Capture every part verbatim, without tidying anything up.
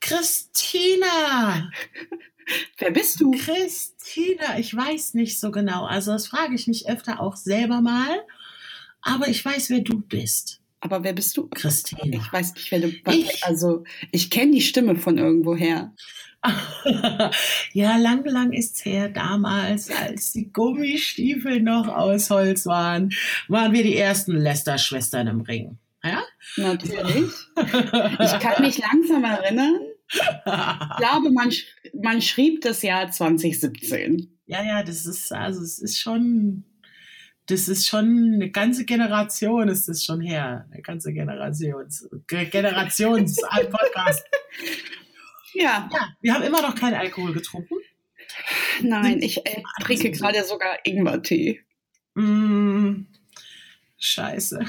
Christina! Wer bist du? Christina, ich weiß nicht so genau. Also das frage ich mich öfter auch selber mal. Aber ich weiß, wer du bist. Aber wer bist du? Christina. Ich weiß nicht, wer du bist. Ich? Also, ich kenne die Stimme von irgendwoher. Ja, lang, lang ist's her. Damals, als die Gummistiefel noch aus Holz waren, waren wir die ersten Lester-Schwestern im Ring. Ja? Natürlich. Ich kann mich langsam erinnern. Ich glaube, man, sch- man schrieb das Jahr zwanzig siebzehn. Ja, ja, das ist, also es ist schon, das ist schon eine ganze Generation, ist das schon her. Eine ganze Generations, Ge- Generations ein Podcast. Ja, Ja, wir haben immer noch keinen Alkohol getrunken. nein, ich äh, trinke gerade sogar Ingwertee. Mm, scheiße.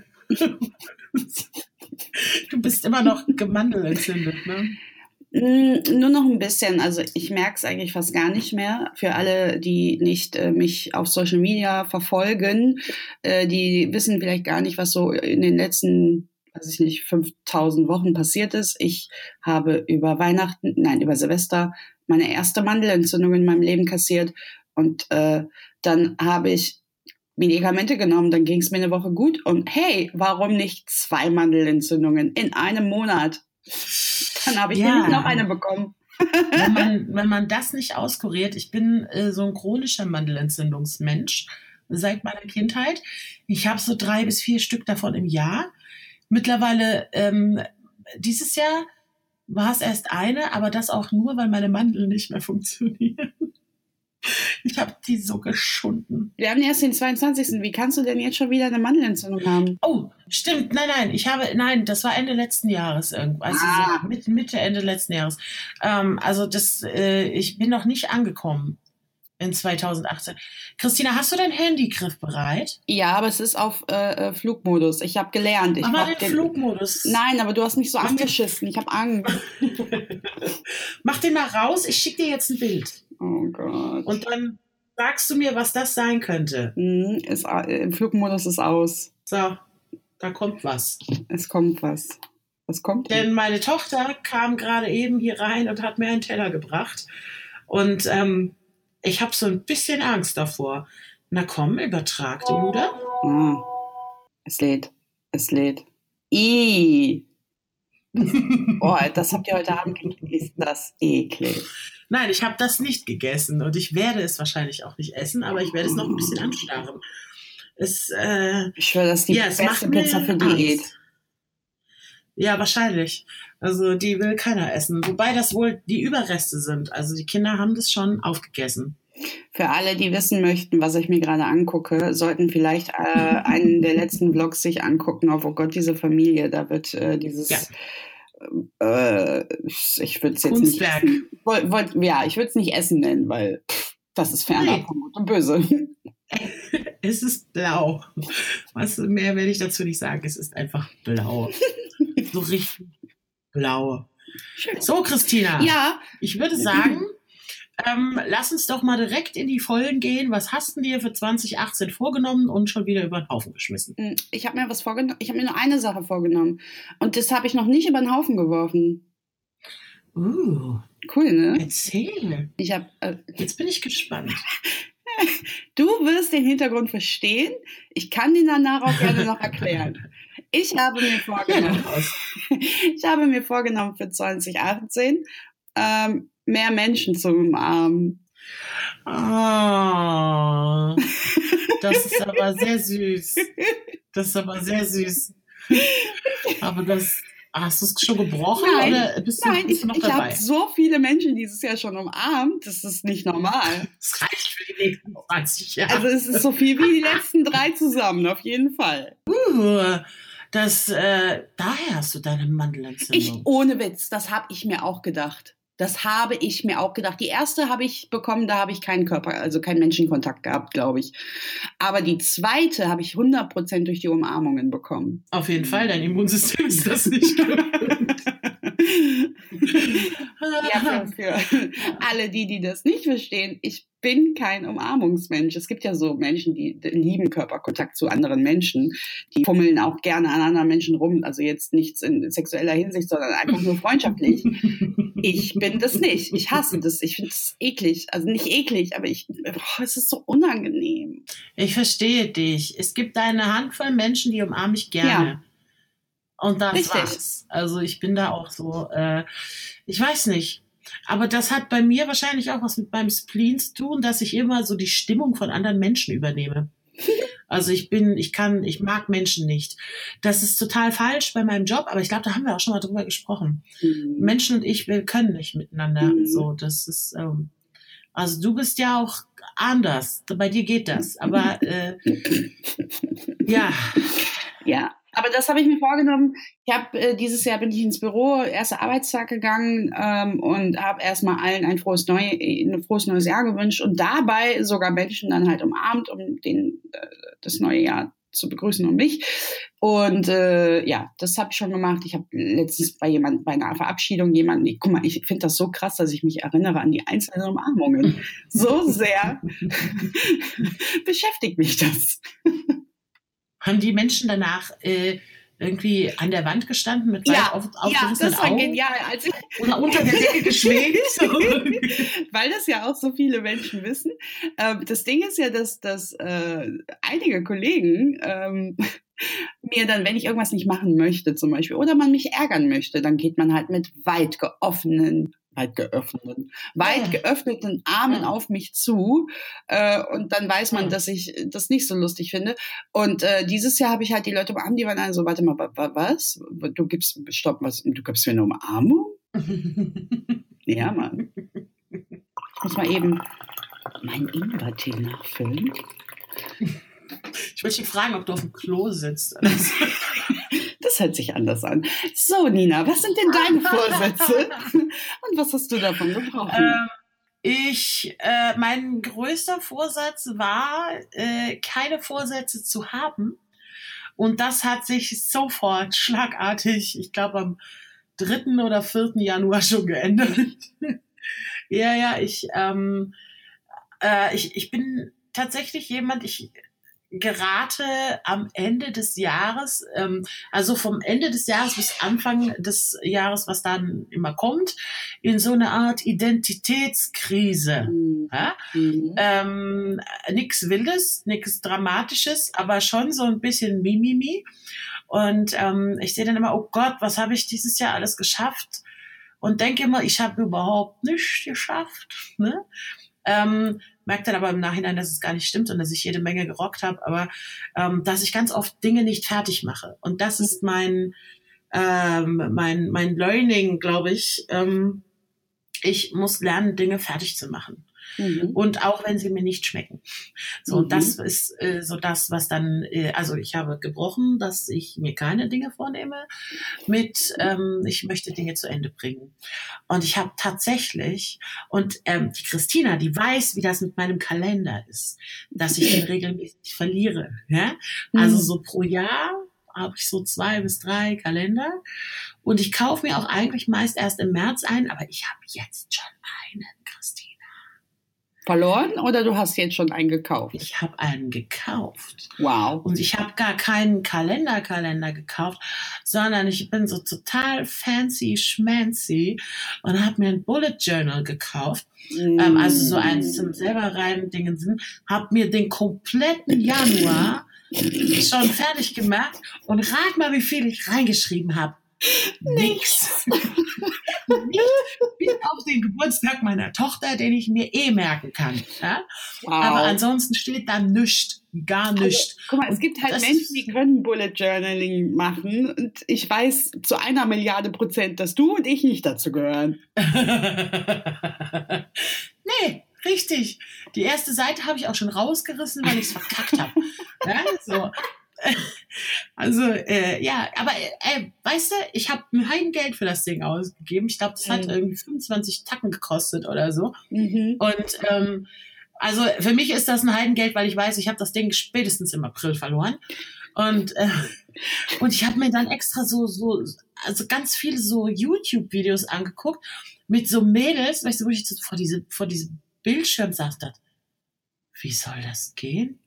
Du bist immer noch gemandelentzündet, ne? Mm, Nur noch ein bisschen. Also ich merke es eigentlich fast gar nicht mehr. Für alle, die nicht äh, mich auf Social Media verfolgen, äh, die wissen vielleicht gar nicht, was so in den letzten, weiß ich nicht, fünftausend Wochen passiert ist. Ich habe über Weihnachten, nein, über Silvester meine erste Mandelentzündung in meinem Leben kassiert. Und äh, dann habe ich Medikamente genommen, dann ging es mir eine Woche gut. Und hey, warum nicht zwei Mandelentzündungen in einem Monat? Dann habe ich Ja. nämlich noch eine bekommen. Wenn man, wenn man das nicht auskuriert, ich bin äh, so ein chronischer Mandelentzündungsmensch seit meiner Kindheit. Ich habe so drei bis vier Stück davon im Jahr. Mittlerweile, ähm, dieses Jahr war es erst eine, aber das auch nur, weil meine Mandeln nicht mehr funktionieren. Ich habe die so geschunden. Wir haben erst den zweiundzwanzigsten Wie kannst du denn jetzt schon wieder eine Mandelentzündung haben? Oh, stimmt. Nein, nein. Ich habe, nein, das war Ende letzten Jahres irgendwas. Also Ah. so Mitte, Mitte, Ende letzten Jahres. Ähm, also das, äh, ich bin noch nicht angekommen in zweitausendachtzehn. Christina, hast du dein Handy griffbereit? Ja, aber es ist auf äh, äh, Flugmodus. Ich habe gelernt. Ich Mach mal hab den Flugmodus. Nein, aber du hast mich so Mach den- angeschissen. Ich habe Angst. Mach den mal raus. Ich schicke dir jetzt ein Bild. Oh Gott. Und dann sagst du mir, was das sein könnte. Hm, ist, äh, Im Flugmodus ist aus. So, da kommt was. Es kommt was. Was kommt denn? Denn meine Tochter kam gerade eben hier rein und hat mir einen Teller gebracht. Und ähm, ich habe so ein bisschen Angst davor. Na komm, übertrag den Luder. Ah, es lädt. Es lädt. I. Oh, das habt ihr heute Abend gegessen. Ist das eklig. Nein, ich habe das nicht gegessen und ich werde es wahrscheinlich auch nicht essen, aber ich werde es noch ein bisschen anstarren. Es, äh, Ich schwöre, das ist die ja, es macht beste mir Pizza für Angst. Diät. Ja, wahrscheinlich. Also die will keiner essen. Wobei das wohl die Überreste sind. Also die Kinder haben das schon aufgegessen. Für alle, die wissen möchten, was ich mir gerade angucke, sollten vielleicht äh, einen der letzten Vlogs sich angucken auf, oh Gott, diese Familie. Da wird äh, dieses, Ja. äh, ich würde es jetzt Kunstwerk. nicht essen. Woll, wollt, ja, ich würde es nicht essen nennen, weil pff, das ist fernab Nee. von Gut und Böse. Es ist blau. Was mehr werde ich dazu nicht sagen. Es ist einfach blau. So richtig blau. Schön. So, Christina. Ja, Ich würde sagen, ähm, lass uns doch mal direkt in die Vollen gehen. Was hast du dir für zwanzig achtzehn vorgenommen und schon wieder über den Haufen geschmissen? ich habe mir was vorgenommen. Ich habe mir nur eine Sache vorgenommen. Und das habe ich noch nicht über den Haufen geworfen. Uh, Cool, ne? erzähl. Ich habe... Äh, Jetzt bin ich gespannt. Du wirst den Hintergrund verstehen. Ich kann den danach auch gerne noch erklären. Ich habe mir vorgenommen, ich habe mir vorgenommen für zwanzig achtzehn ähm, mehr Menschen zu umarmen. Oh, das ist aber sehr süß. Das ist aber sehr süß. Aber das, hast du es schon gebrochen Nein, oder bist du, Nein, bist ich, du noch ich dabei? habe so viele Menschen dieses Jahr schon umarmt. Das ist nicht normal. Das reicht für die nächsten zwanzig Jahre. Also es ist so viel wie die letzten drei zusammen, auf jeden Fall. Uh, das, äh, daher hast du deine Ich, Mandelentzündung. ohne Witz, das habe ich mir auch gedacht. Das habe ich mir auch gedacht. Die erste habe ich bekommen, da habe ich keinen Körper, also keinen Menschenkontakt gehabt, glaube ich. Aber die zweite habe ich hundert Prozent durch die Umarmungen bekommen. Auf jeden Fall, dein Immunsystem ist das nicht gewöhnt. Ja, für, für alle die, die das nicht verstehen, ich bin kein Umarmungsmensch. Es gibt ja so Menschen, die lieben Körperkontakt zu anderen Menschen. Die fummeln auch gerne an anderen Menschen rum. Also jetzt nichts in sexueller Hinsicht, sondern einfach nur freundschaftlich. Ich bin das nicht. Ich hasse das. Ich finde es eklig. Also nicht eklig, aber ich, oh, es ist so unangenehm. Ich verstehe dich. Es gibt eine Handvoll Menschen, die umarmen mich gerne. Ja. Und das Richtig. war's. Also ich bin da auch so, äh, ich weiß nicht. Aber das hat bei mir wahrscheinlich auch was mit meinem Spleen zu tun, dass ich immer so die Stimmung von anderen Menschen übernehme. Also ich bin, ich kann, ich mag Menschen nicht. Das ist total falsch bei meinem Job, aber ich glaube, da haben wir auch schon mal drüber gesprochen. Mhm. Menschen und ich, wir können nicht miteinander. Mhm. So, das ist, ähm, also du bist ja auch anders. Bei dir geht das. Aber äh, ja. Ja. Aber das habe ich mir vorgenommen. Ich habe äh, dieses Jahr bin ich ins Büro, erster Arbeitstag gegangen ähm, und habe erstmal allen ein frohes, Neu ein frohes neues Jahr gewünscht und dabei sogar Menschen dann halt umarmt, um den, äh, das neue Jahr zu begrüßen und mich. Und äh, ja, das habe ich schon gemacht. Ich habe letztens bei jemand bei einer Verabschiedung jemanden, ich, guck mal, ich finde das so krass, dass ich mich erinnere an die einzelnen Umarmungen. So sehr beschäftigt mich das. Haben die Menschen danach äh, irgendwie an der Wand gestanden mit weit Ja, auf, ja, das war Augen? genial. Als ich Oder unter der Decke geschwebt? Weil das ja auch so viele Menschen wissen. Ähm, das Ding ist ja, dass, dass äh, einige Kollegen ähm, mir dann, wenn ich irgendwas nicht machen möchte zum Beispiel, oder man mich ärgern möchte, dann geht man halt mit weit geöffneten weit geöffneten, weit geöffneten Armen Ja. auf mich zu äh, und dann weiß man, Ja. dass ich das nicht so lustig finde. Und äh, dieses Jahr habe ich halt die Leute umarmt, die waren dann so, warte mal, wa- wa- was? Du gibst, stopp, was? Du gibst mir eine Umarmung? Ja, Mann. Ich muss mal eben meinen Ingwertee nachfüllen. Ich wollte dich fragen, ob du auf dem Klo sitzt. Das hört sich anders an. So, Nina, was sind denn deine Vorsätze? Und was hast du davon gebrochen? Ähm, ich, äh, mein größter Vorsatz war, äh, keine Vorsätze zu haben. Und das hat sich sofort schlagartig, ich glaube am dritten oder vierten Januar schon geändert. ja, ja, ich, ähm, äh, ich, ich bin tatsächlich jemand, ich gerate am Ende des Jahres, ähm, also vom Ende des Jahres bis Anfang des Jahres, was dann immer kommt, in so eine Art Identitätskrise. Mhm. Ja? Mhm. Ähm, nichts Wildes, nichts Dramatisches, aber schon so ein bisschen Mimimi. Und ähm, ich sehe dann immer, oh Gott, was habe ich dieses Jahr alles geschafft? Und denke immer, ich habe überhaupt nichts geschafft. Ne? Ähm, merke dann aber im Nachhinein, dass es gar nicht stimmt und dass ich jede Menge gerockt habe, aber ähm, dass ich ganz oft Dinge nicht fertig mache. Und das ist mein, ähm, mein, mein Learning, glaube ich. Ähm, ich muss lernen, Dinge fertig zu machen. Mhm. Und auch wenn sie mir nicht schmecken. So, Mhm. und das ist äh, so das, was dann, äh, also ich habe gebrochen, dass ich mir keine Dinge vornehme mit, ähm, ich möchte Dinge zu Ende bringen. Und ich habe tatsächlich, und ähm, die Christina, die weiß, wie das mit meinem Kalender ist, dass ich den regelmäßig verliere. Ja? Also so pro Jahr habe ich so zwei bis drei Kalender. Und ich kaufe mir auch eigentlich meist erst im März ein, aber ich habe jetzt schon einen, Christina. Verloren oder du hast jetzt schon einen gekauft? Ich habe einen gekauft. Wow. Und ich habe gar keinen Kalenderkalender gekauft, sondern ich bin so total fancy schmancy und habe mir ein Bullet Journal gekauft. Mm. Ähm, also so eins zum selber rein Dingen sind. Habe mir den kompletten Januar schon fertig gemacht und rat mal, wie viel ich reingeschrieben habe. Nix. Nicht bis auf den Geburtstag meiner Tochter, den ich mir eh merken kann. Ja? Wow. Aber ansonsten steht da nichts, gar nichts. Also, guck mal, es gibt halt Das Menschen, die können Bullet Journaling machen und ich weiß zu einer Milliarde Prozent, dass du und ich nicht dazu gehören. Nee, richtig. Die erste Seite habe ich auch schon rausgerissen, weil ich es verkackt habe. Ja, so. Also, äh, ja, aber äh, weißt du, ich habe ein Heidengeld für das Ding ausgegeben. Ich glaube, das hat Mhm. irgendwie fünfundzwanzig Tacken gekostet oder so. Mhm. Und ähm, also für mich ist das ein Heidengeld, weil ich weiß, ich habe das Ding spätestens im April verloren. Und, äh, und ich habe mir dann extra so, so, also ganz viele so YouTube-Videos angeguckt mit so Mädels, weißt du, wo ich so vor, diese, vor diesem Bildschirm saß, dachte, wie soll das gehen?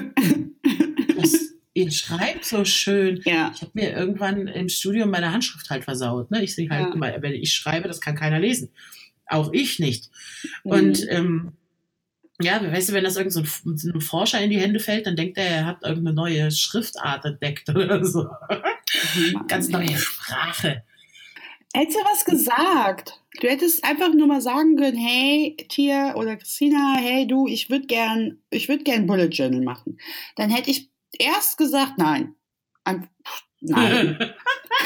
Das, ihr schreibt so schön. Ja. Ich habe mir irgendwann im Studium meine Handschrift halt versaut. Ne? Ich sehe halt Ja. immer, wenn ich schreibe, das kann keiner lesen. Auch ich nicht. Mhm. Und ähm, ja, weißt du, wenn das irgend so ein, so ein Forscher in die Hände fällt, dann denkt er, er hat irgendeine neue Schriftart entdeckt oder so. Mhm. Ganz neue Sprache. Hättest du was gesagt? Du hättest einfach nur mal sagen können, hey, Tia oder Christina, hey, du, ich würde gern, ich würde gern Bullet Journal machen. Dann hätte ich erst gesagt, nein. Ein, nein.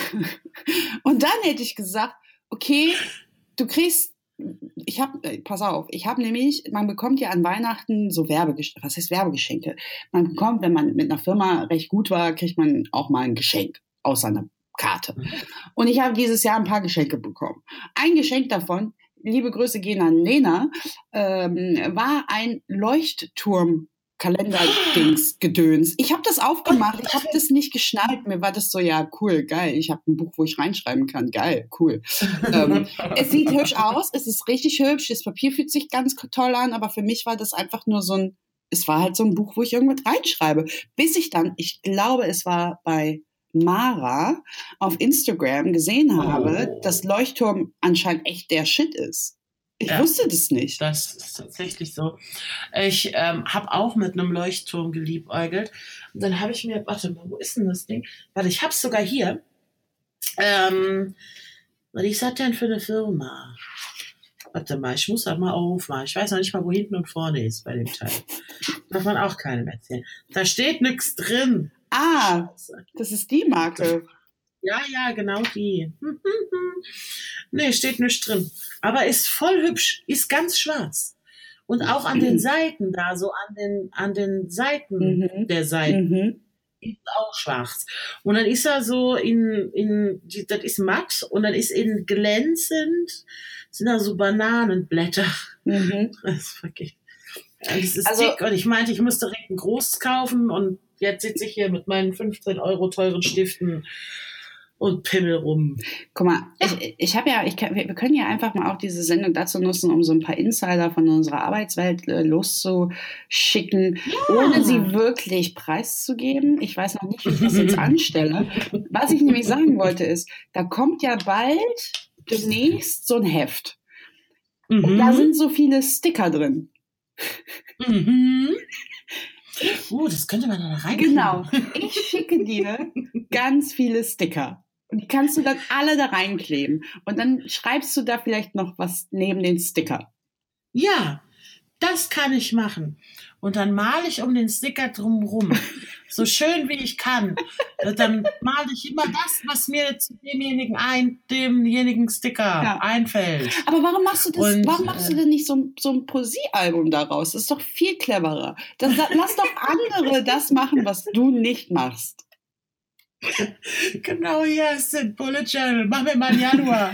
Und dann hätte ich gesagt, okay, du kriegst, ich habe, pass auf, ich habe nämlich, man bekommt ja an Weihnachten so Werbegeschenke, was heißt Werbegeschenke? Man bekommt, wenn man mit einer Firma recht gut war, kriegt man auch mal ein Geschenk aus einer Karte. Und ich habe dieses Jahr ein paar Geschenke bekommen. Ein Geschenk davon, liebe Grüße gehen an Lena, ähm, war ein Leuchtturm Kalender-Dings-Gedöns. Ich habe das aufgemacht, ich habe das nicht geschnallt. Mir war das so, ja, cool, geil. Ich habe ein Buch, wo ich reinschreiben kann. Geil, cool. ähm, es sieht hübsch aus, es ist richtig hübsch, das Papier fühlt sich ganz toll an, aber für mich war das einfach nur so ein, es war halt so ein Buch, wo ich irgendwas reinschreibe. Bis ich dann, ich glaube, es war bei Mara auf Instagram gesehen habe, oh. dass Leuchtturm anscheinend echt der Shit ist. Ich ja, wusste das nicht. Das ist tatsächlich so. Ich ähm, habe auch mit einem Leuchtturm geliebäugelt. Und dann habe ich mir, warte mal, wo ist denn das Ding? Warte, ich habe es sogar hier. Ähm, was ist das denn für eine Firma? Warte mal, ich muss das mal aufmachen. Ich weiß noch nicht mal, wo hinten und vorne ist bei dem Teil. Darf man auch keinem erzählen. Da steht nichts drin. Ah, Scheiße. Das ist die Marke. Ja, ja, genau die. Nee, steht nichts drin. Aber ist voll hübsch, ist ganz schwarz. Und auch an den Seiten da, so an den, an den Seiten mhm. der Seiten, mhm. ist auch schwarz. Und dann ist er so in, in, das ist matt und dann ist in glänzend, sind da so Bananenblätter. Mhm. Das ist wirklich, das ist also, dick und ich meinte, ich müsste direkt ein großes kaufen und jetzt sitze ich hier mit meinen fünfzehn Euro teuren Stiften und Pimmel rum. Guck mal, ich, ich habe ja, ich kann, wir können ja einfach mal auch diese Sendung dazu nutzen, um so ein paar Insider von unserer Arbeitswelt äh, loszuschicken, ja. ohne sie wirklich preiszugeben. Ich weiß noch nicht, wie ich das jetzt anstelle. Was ich nämlich sagen wollte ist, da kommt ja bald demnächst so ein Heft. Mhm. Und da sind so viele Sticker drin. Mhm. Uh, das könnte man da reinkriegen. Genau. Ich schicke dir ganz viele Sticker. Und die kannst du dann alle da reinkleben. Und dann schreibst du da vielleicht noch was neben den Sticker. Ja, das kann ich machen. Und dann male ich um den Sticker drumherum. So schön wie ich kann. Dann male ich immer das, was mir zu demjenigen ein, demjenigen Sticker ja. einfällt. Aber warum machst du das? Und, warum machst äh, du denn nicht so ein, so ein Poesiealbum daraus? Das ist doch viel cleverer. Das, lass doch andere das machen, was du nicht machst. Genau, hier ist ein Bullet Journal. Machen wir mal im Januar.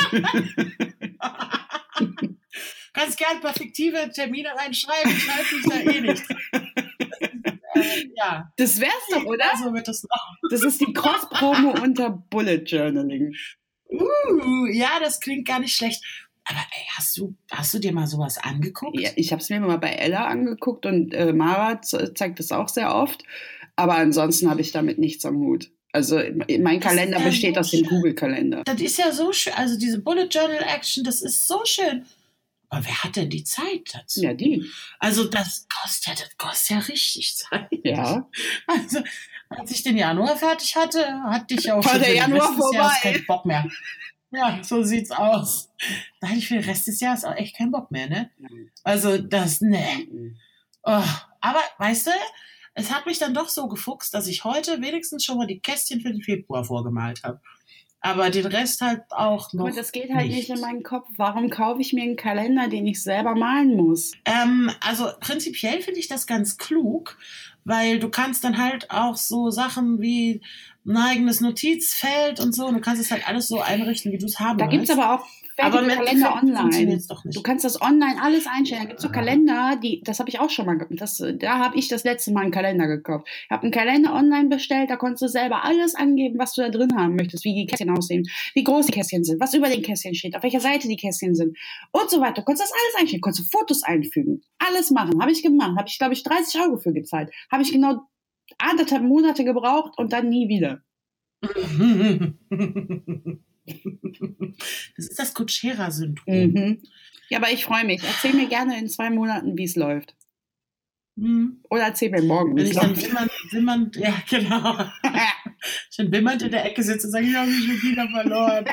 Kannst gerne ein paar fiktive Termine reinschreiben. Ich halte mich da eh nicht dran. Äh, ja. Das wär's doch, oder? So wird das noch. Das ist die Cross-Promo unter Bullet Journaling. Uh, ja, das klingt gar nicht schlecht. Aber ey, hast du, hast du dir mal sowas angeguckt? Ja, ich habe es mir mal bei Ella angeguckt und äh, Mara z- zeigt das auch sehr oft. Aber ansonsten habe ich damit nichts am Hut. Also mein Kalender ja besteht so aus dem Google-Kalender. Das ist ja so schön. Also diese Bullet Journal Action, das ist so schön. Aber wer hat denn die Zeit dazu? Ja, die. Also das kostet ja, das kostet ja richtig Zeit. Ja. Also als ich den Januar fertig hatte, hatte ich auch War schon der Januar vorbei. Jahres keinen Bock mehr. Ja, so sieht's aus. Da hatte ich für den Rest des Jahres auch echt keinen Bock mehr, ne? Also das, ne. Oh, aber weißt du, es hat mich dann doch so gefuchst, dass ich heute wenigstens schon mal die Kästchen für den Februar vorgemalt habe. Aber den Rest halt auch noch. Aber das geht halt nicht in meinen Kopf. Warum kaufe ich mir einen Kalender, den ich selber malen muss? Ähm, also prinzipiell finde ich das ganz klug, weil du kannst dann halt auch so Sachen wie ein eigenes Notizfeld und so. Und du kannst es halt alles so einrichten, wie du es haben Da gibt es willst. aber auch Aber fertige im Kalender Endeffekt online. funktioniert's doch nicht. Du kannst das online alles einstellen. Da gibt es so Kalender, die, das habe ich auch schon mal gemacht. Das, da habe ich das letzte Mal einen Kalender gekauft. Ich habe einen Kalender online bestellt, da konntest du selber alles angeben, was du da drin haben möchtest, wie die Kästchen aussehen, wie groß die Kästchen sind, was über den Kästchen steht, auf welcher Seite die Kästchen sind und so weiter. Du konntest das alles einstellen, konntest du Fotos einfügen, alles machen. Habe ich gemacht. Habe ich, glaube ich, dreißig Euro für gezahlt. Habe ich genau anderthalb Monate gebraucht und dann nie wieder. Das ist das Kutschera-Syndrom. Mhm. Ja, aber ich freue mich. Erzähl mir gerne in zwei Monaten, wie es läuft. Mhm. Oder erzähl mir morgen, wie Wenn es ich dann läuft. wimmernd, wimmernd, ja genau, schon wimmernd in der Ecke sitze und sage, ich habe mich schon wieder verloren.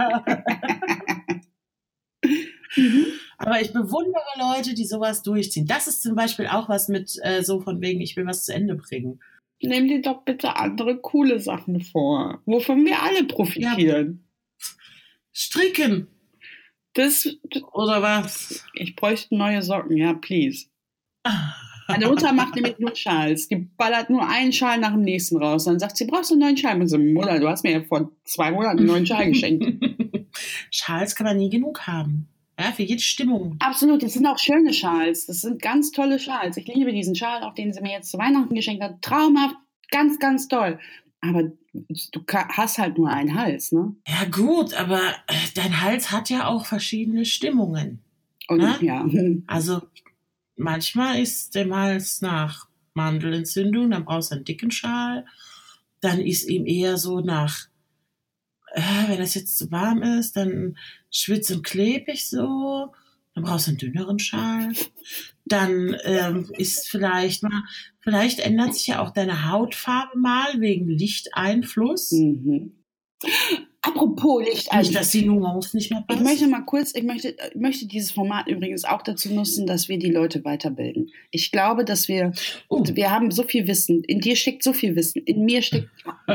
Mhm. Aber ich bewundere Leute, die sowas durchziehen. Das ist zum Beispiel auch was mit äh, so von wegen, ich will was zu Ende bringen. Nimm dir doch bitte andere coole Sachen vor, wovon wir alle profitieren. Stricken Das, oder was? ich bräuchte neue Socken, ja, please. Meine Mutter macht nämlich nur Schals. Die ballert nur einen Schal nach dem nächsten raus. Dann sagt sie, brauchst du einen neuen Schal? Und so, Mutter, du hast mir ja vor zwei Monaten einen neuen Schal geschenkt. Schals kann man nie genug haben. Ja, für jede Stimmung. Absolut, das sind auch schöne Schals. Das sind ganz tolle Schals. Ich liebe diesen Schal, auch den sie mir jetzt zu Weihnachten geschenkt hat. Traumhaft, ganz, ganz toll. Aber du hast halt nur einen Hals, ne? Ja gut, aber dein Hals hat ja auch verschiedene Stimmungen. Und ne? ja. Also manchmal ist dem Hals nach Mandelentzündung, dann brauchst du einen dicken Schal. Dann ist ihm eher so nach, äh, wenn das jetzt zu warm ist, dann schwitzt und klebrig so. Dann brauchst du einen dünneren Schal. Dann ähm, ist vielleicht mal, vielleicht ändert sich ja auch deine Hautfarbe mal wegen Lichteinfluss. Mhm. Apropos Lichteinfluss. Nicht, dass die Nuance nicht mehr passt. Ich möchte mal kurz, ich möchte, ich möchte dieses Format übrigens auch dazu nutzen, dass wir die Leute weiterbilden. Ich glaube, dass wir, Oh. wir haben so viel Wissen. In dir steckt so viel Wissen. In mir steckt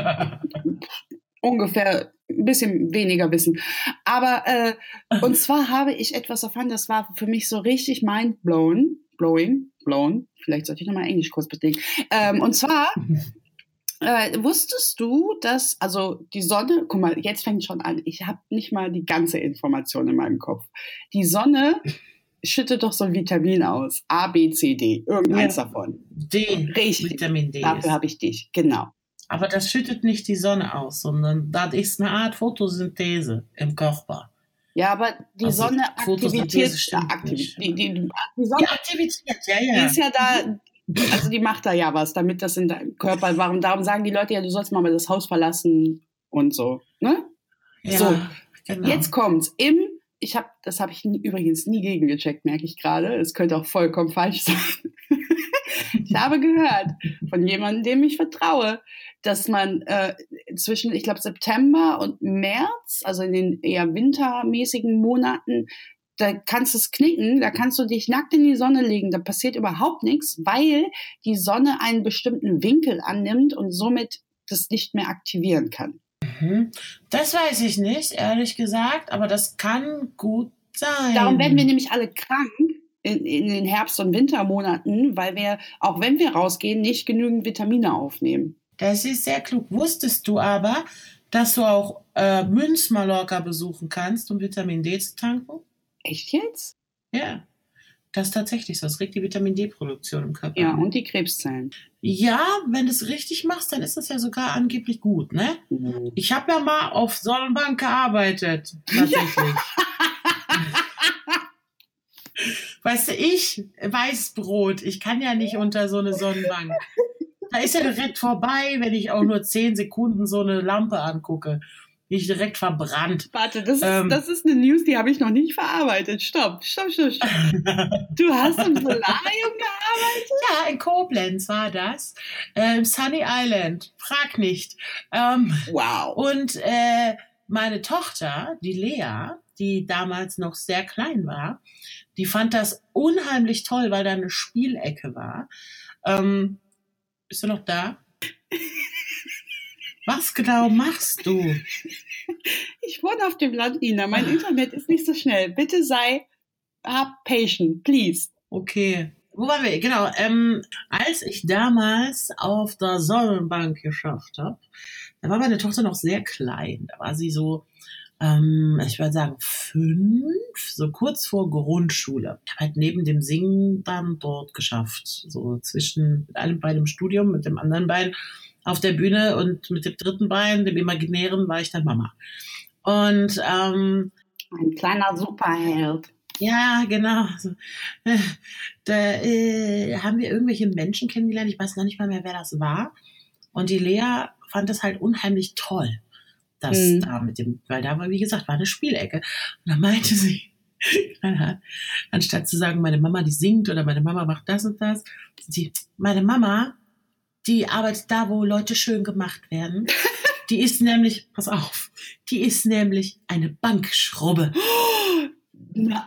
ungefähr ein bisschen weniger Wissen. Aber, äh, und zwar habe ich etwas erfahren, das war für mich so richtig mind-blowing, blowing, blown. Vielleicht sollte ich nochmal Englisch kurz belegen. Ähm, und zwar, Äh, wusstest du, dass, also die Sonne, guck mal, jetzt fängt schon an, ich habe nicht mal die ganze Information in meinem Kopf. Die Sonne schüttet doch so ein Vitamin aus, A, B, C, D, irgendeins Ja. davon. D, Richtig, Vitamin D. dafür ist. habe ich dich, genau. Aber das schüttet nicht die Sonne aus, sondern das ist eine Art Photosynthese im Körper. Ja, aber die Also, Sonne Photosynthese aktiviert, stimmt aktiv, nicht. die, die, die, die Sonne Die aktiviert, ja, die ja. ist ja da, also die macht da ja was, damit das in deinem Körper, warum, darum sagen die Leute ja, du sollst mal das Haus verlassen und so, ne? ja So, genau. Jetzt kommt's. Im, ich habe, das habe ich nie, übrigens nie gegengecheckt, merke ich gerade. Es könnte auch vollkommen falsch sein. Ich habe gehört von jemandem, dem ich vertraue, dass man äh, zwischen, ich glaube, September und März, also in den eher wintermäßigen Monaten, da kannst du es knicken, da kannst du dich nackt in die Sonne legen, da passiert überhaupt nichts, weil die Sonne einen bestimmten Winkel annimmt und somit das nicht mehr aktivieren kann. Mhm. Das weiß ich nicht, ehrlich gesagt, aber das kann gut sein. Darum werden wir nämlich alle krank in, in den Herbst- und Wintermonaten, weil wir, auch wenn wir rausgehen, nicht genügend Vitamine aufnehmen. Das ist sehr klug. Wusstest du aber, dass du auch äh, Münz-Mallorca besuchen kannst, um Vitamin D zu tanken? Echt jetzt? Ja, das ist tatsächlich so. Das regt die Vitamin D-Produktion im Körper Ja, an. und die Krebszellen. Ja, wenn du es richtig machst, dann ist das ja sogar angeblich gut, ne? Mhm. Ich habe ja mal auf Sonnenbank gearbeitet, tatsächlich. Weißt du, ich, Weißbrot, ich kann ja nicht unter so eine Sonnenbank. Da ist ja direkt vorbei, wenn ich auch nur zehn Sekunden so eine Lampe angucke. Bin ich direkt verbrannt. Warte, das ist, Ähm. das ist eine News, die habe ich noch nicht verarbeitet. Stopp, stopp, stopp, stopp. Du hast im Solarium gearbeitet? Ja, in Koblenz war das. Äh, Im Sunny Island. Frag nicht. Ähm, Wow. und äh, meine Tochter, die Lea, die damals noch sehr klein war, die fand das unheimlich toll, weil da eine Spielecke war. Ähm, bist du noch da? Was genau machst du? Ich wohne auf dem Land, Nina. Mein Internet ist nicht so schnell. Bitte sei, hab patient, please. Okay. Wo waren wir? Genau. Ähm, als ich damals auf der Sonnenbank geschafft habe, Da war meine Tochter noch sehr klein. Da war sie so, ähm, ich würde sagen, fünf, so kurz vor Grundschule. Ich habe halt neben dem Singen dann dort geschafft. So zwischen mit einem Bein im Studium, mit dem anderen Bein auf der Bühne und mit dem dritten Bein, dem Imaginären, war ich dann Mama. Und ähm, ein kleiner Superheld. Ja, genau. Also, äh, da äh, haben wir irgendwelche Menschen kennengelernt. Ich weiß gar nicht mal mehr, wer das war. Und die Lea fand es halt unheimlich toll, dass mhm. da mit dem, weil da war, wie gesagt, war eine Spielecke. Und dann meinte sie, anstatt zu sagen, meine Mama, die singt oder meine Mama macht das und das, sie, meine Mama, die arbeitet da, wo Leute schön gemacht werden. Die ist nämlich, pass auf, die ist nämlich eine Bankschrubbe. Na.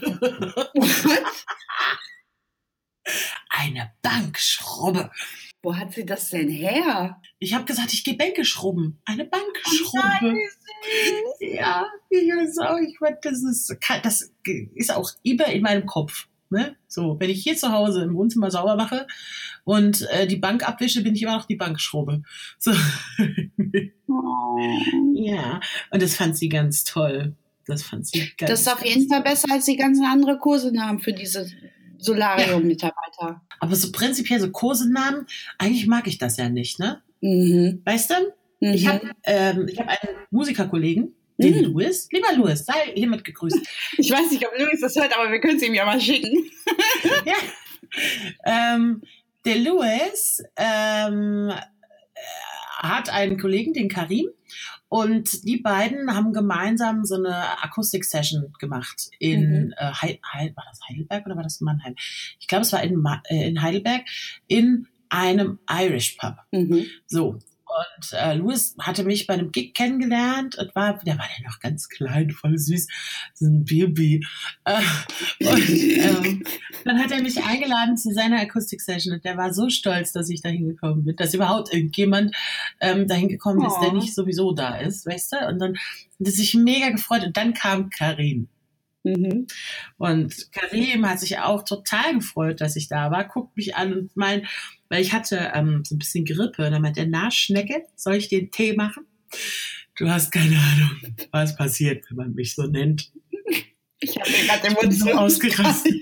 Eine Bankschrubbe. Wo hat sie das denn her? Ich habe gesagt, ich gehe Bänke schrubben. Eine Bankschrubbe. Ja, ich weiß auch, ich meine, das ist, das ist auch immer in meinem Kopf. Ne? So, wenn ich hier zu Hause im Wohnzimmer sauber mache und äh, die Bank abwische, bin ich immer noch die Bankschrubbe. So. Oh. Ja, und das fand sie ganz toll. Das fand sie ganz Das ist auf jeden Fall besser, als die ganzen anderen Kursenamen für diese Solarium-Mitarbeiter. Ja. Aber so prinzipiell so Kursenamen, eigentlich mag ich das ja nicht, ne? Mhm. Weißt du? Mhm. Ich habe ähm, ich hab einen Musikerkollegen, den mhm. Louis. Lieber Louis, sei hiermit gegrüßt. Ich weiß nicht, ob Louis das hört, aber wir können es ihm ja mal schicken. Ja. Ähm, der Louis ähm, hat einen Kollegen, den Karim, und die beiden haben gemeinsam so eine Akustik-Session gemacht in, mhm. äh, Heil, Heil, war das Heidelberg oder war das Mannheim? Ich glaube, es war in, äh, in Heidelberg in einem Irish Pub. Mhm. So. Und äh, Louis hatte mich bei einem Gig kennengelernt und war, der war ja noch ganz klein, voll süß, so ein Baby. Äh, und ähm, dann hat er mich eingeladen zu seiner Akustik-Session und der war so stolz, dass ich da hingekommen bin, dass überhaupt irgendjemand ähm, da hingekommen ist, der nicht sowieso da ist, weißt du? Und dann hat er sich mega gefreut und dann kam Karim. Mhm. Und Karim hat sich auch total gefreut, dass ich da war, guckt mich an und meint, weil ich hatte ähm, so ein bisschen Grippe, und dann meint er, na Schnecke, soll ich den Tee machen? Du hast keine Ahnung, was passiert, wenn man mich so nennt. Ich habe mir gerade den Mund so ausgerastet.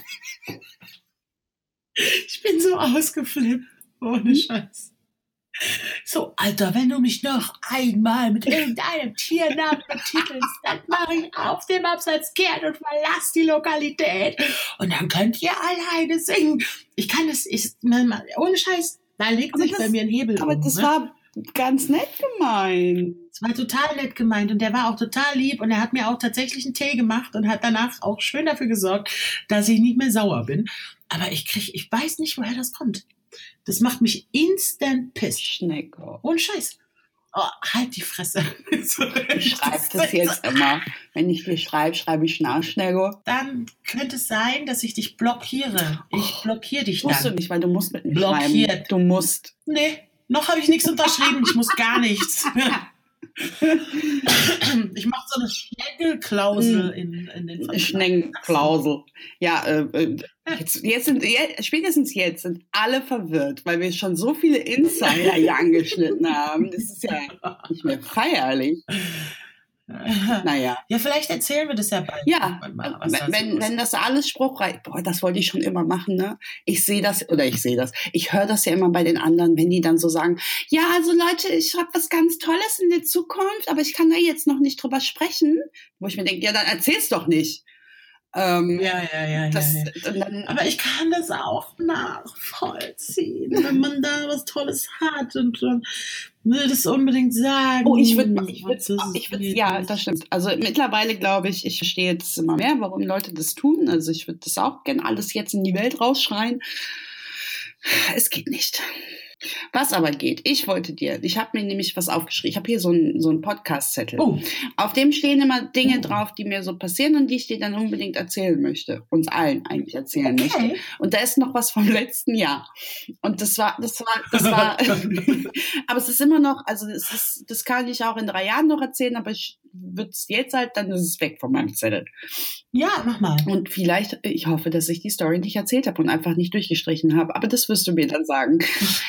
Ich bin so ausgeflippt, ohne Scheiß. So, Alter, wenn du mich noch einmal mit irgendeinem Tiernamen betitelst, dann mache ich auf dem Absatz kehrt und verlass die Lokalität. Und dann könnt ihr alleine singen. Ich kann das, ich, ohne Scheiß, da legt aber sich das, bei mir ein Hebel aber um. Aber das ne? war ganz nett gemeint. Es war total nett gemeint und der war auch total lieb und er hat mir auch tatsächlich einen Tee gemacht und hat danach auch schön dafür gesorgt, dass ich nicht mehr sauer bin. Aber ich krieg, ich weiß nicht, woher das kommt. Das macht mich instant piss. Schnecko. Ohne Scheiß. Oh, halt die Fresse. Ich schreibe das jetzt immer. Wenn ich dir schreibe, schreibe ich nach, Schnecko. Dann könnte es sein, dass ich dich blockiere. Ich blockiere dich dann. Musst du nicht, weil du musst mit mir Blockiert. schreiben. Du musst. Nee, noch habe ich nichts unterschrieben. Ich muss gar nichts. Ich mache so eine Schneckelklausel in, in den Vertrag. Schneckelklausel. Ja, äh, jetzt, jetzt sind, jetzt, spätestens jetzt sind alle verwirrt, weil wir schon so viele Insider hier angeschnitten haben. Das ist ja nicht mehr feierlich. Naja. Ja, vielleicht erzählen wir das ja bald. Ja, mal, was wenn, wenn das alles spruchreich, boah, das wollte ich schon immer machen, ne? Ich sehe das, oder ich sehe das, ich höre das ja immer bei den anderen, wenn die dann so sagen, ja, also Leute, ich habe was ganz Tolles in der Zukunft, aber ich kann da jetzt noch nicht drüber sprechen. Wo ich mir denke, ja, dann erzähl's doch nicht. Ähm, ja, ja, ja, das, ja, ja. Dann, aber ich kann das auch nachvollziehen, wenn man da was Tolles hat und dann will das unbedingt sagen. Oh, ich würde, ich würde, ich würde, ja, das stimmt. Also mittlerweile glaube ich, ich verstehe jetzt immer mehr, warum Leute das tun. Also ich würde das auch gerne alles jetzt in die Welt rausschreien. Es geht nicht. Was aber geht, ich wollte dir, ich habe mir nämlich was aufgeschrieben, ich habe hier so einen so einen Podcast-Zettel. Oh. Auf dem stehen immer Dinge oh. drauf, die mir so passieren und die ich dir dann unbedingt erzählen möchte, uns allen eigentlich erzählen okay. möchte. Und da ist noch was vom letzten Jahr. Und das war, das war, das war, aber es ist immer noch, also es ist, das kann ich auch in drei Jahren noch erzählen, aber ich würde es jetzt halt, dann ist es weg von meinem Zettel. Ja, mach mal. Und vielleicht, ich hoffe, dass ich die Story nicht erzählt habe und einfach nicht durchgestrichen habe, aber das wirst du mir dann sagen.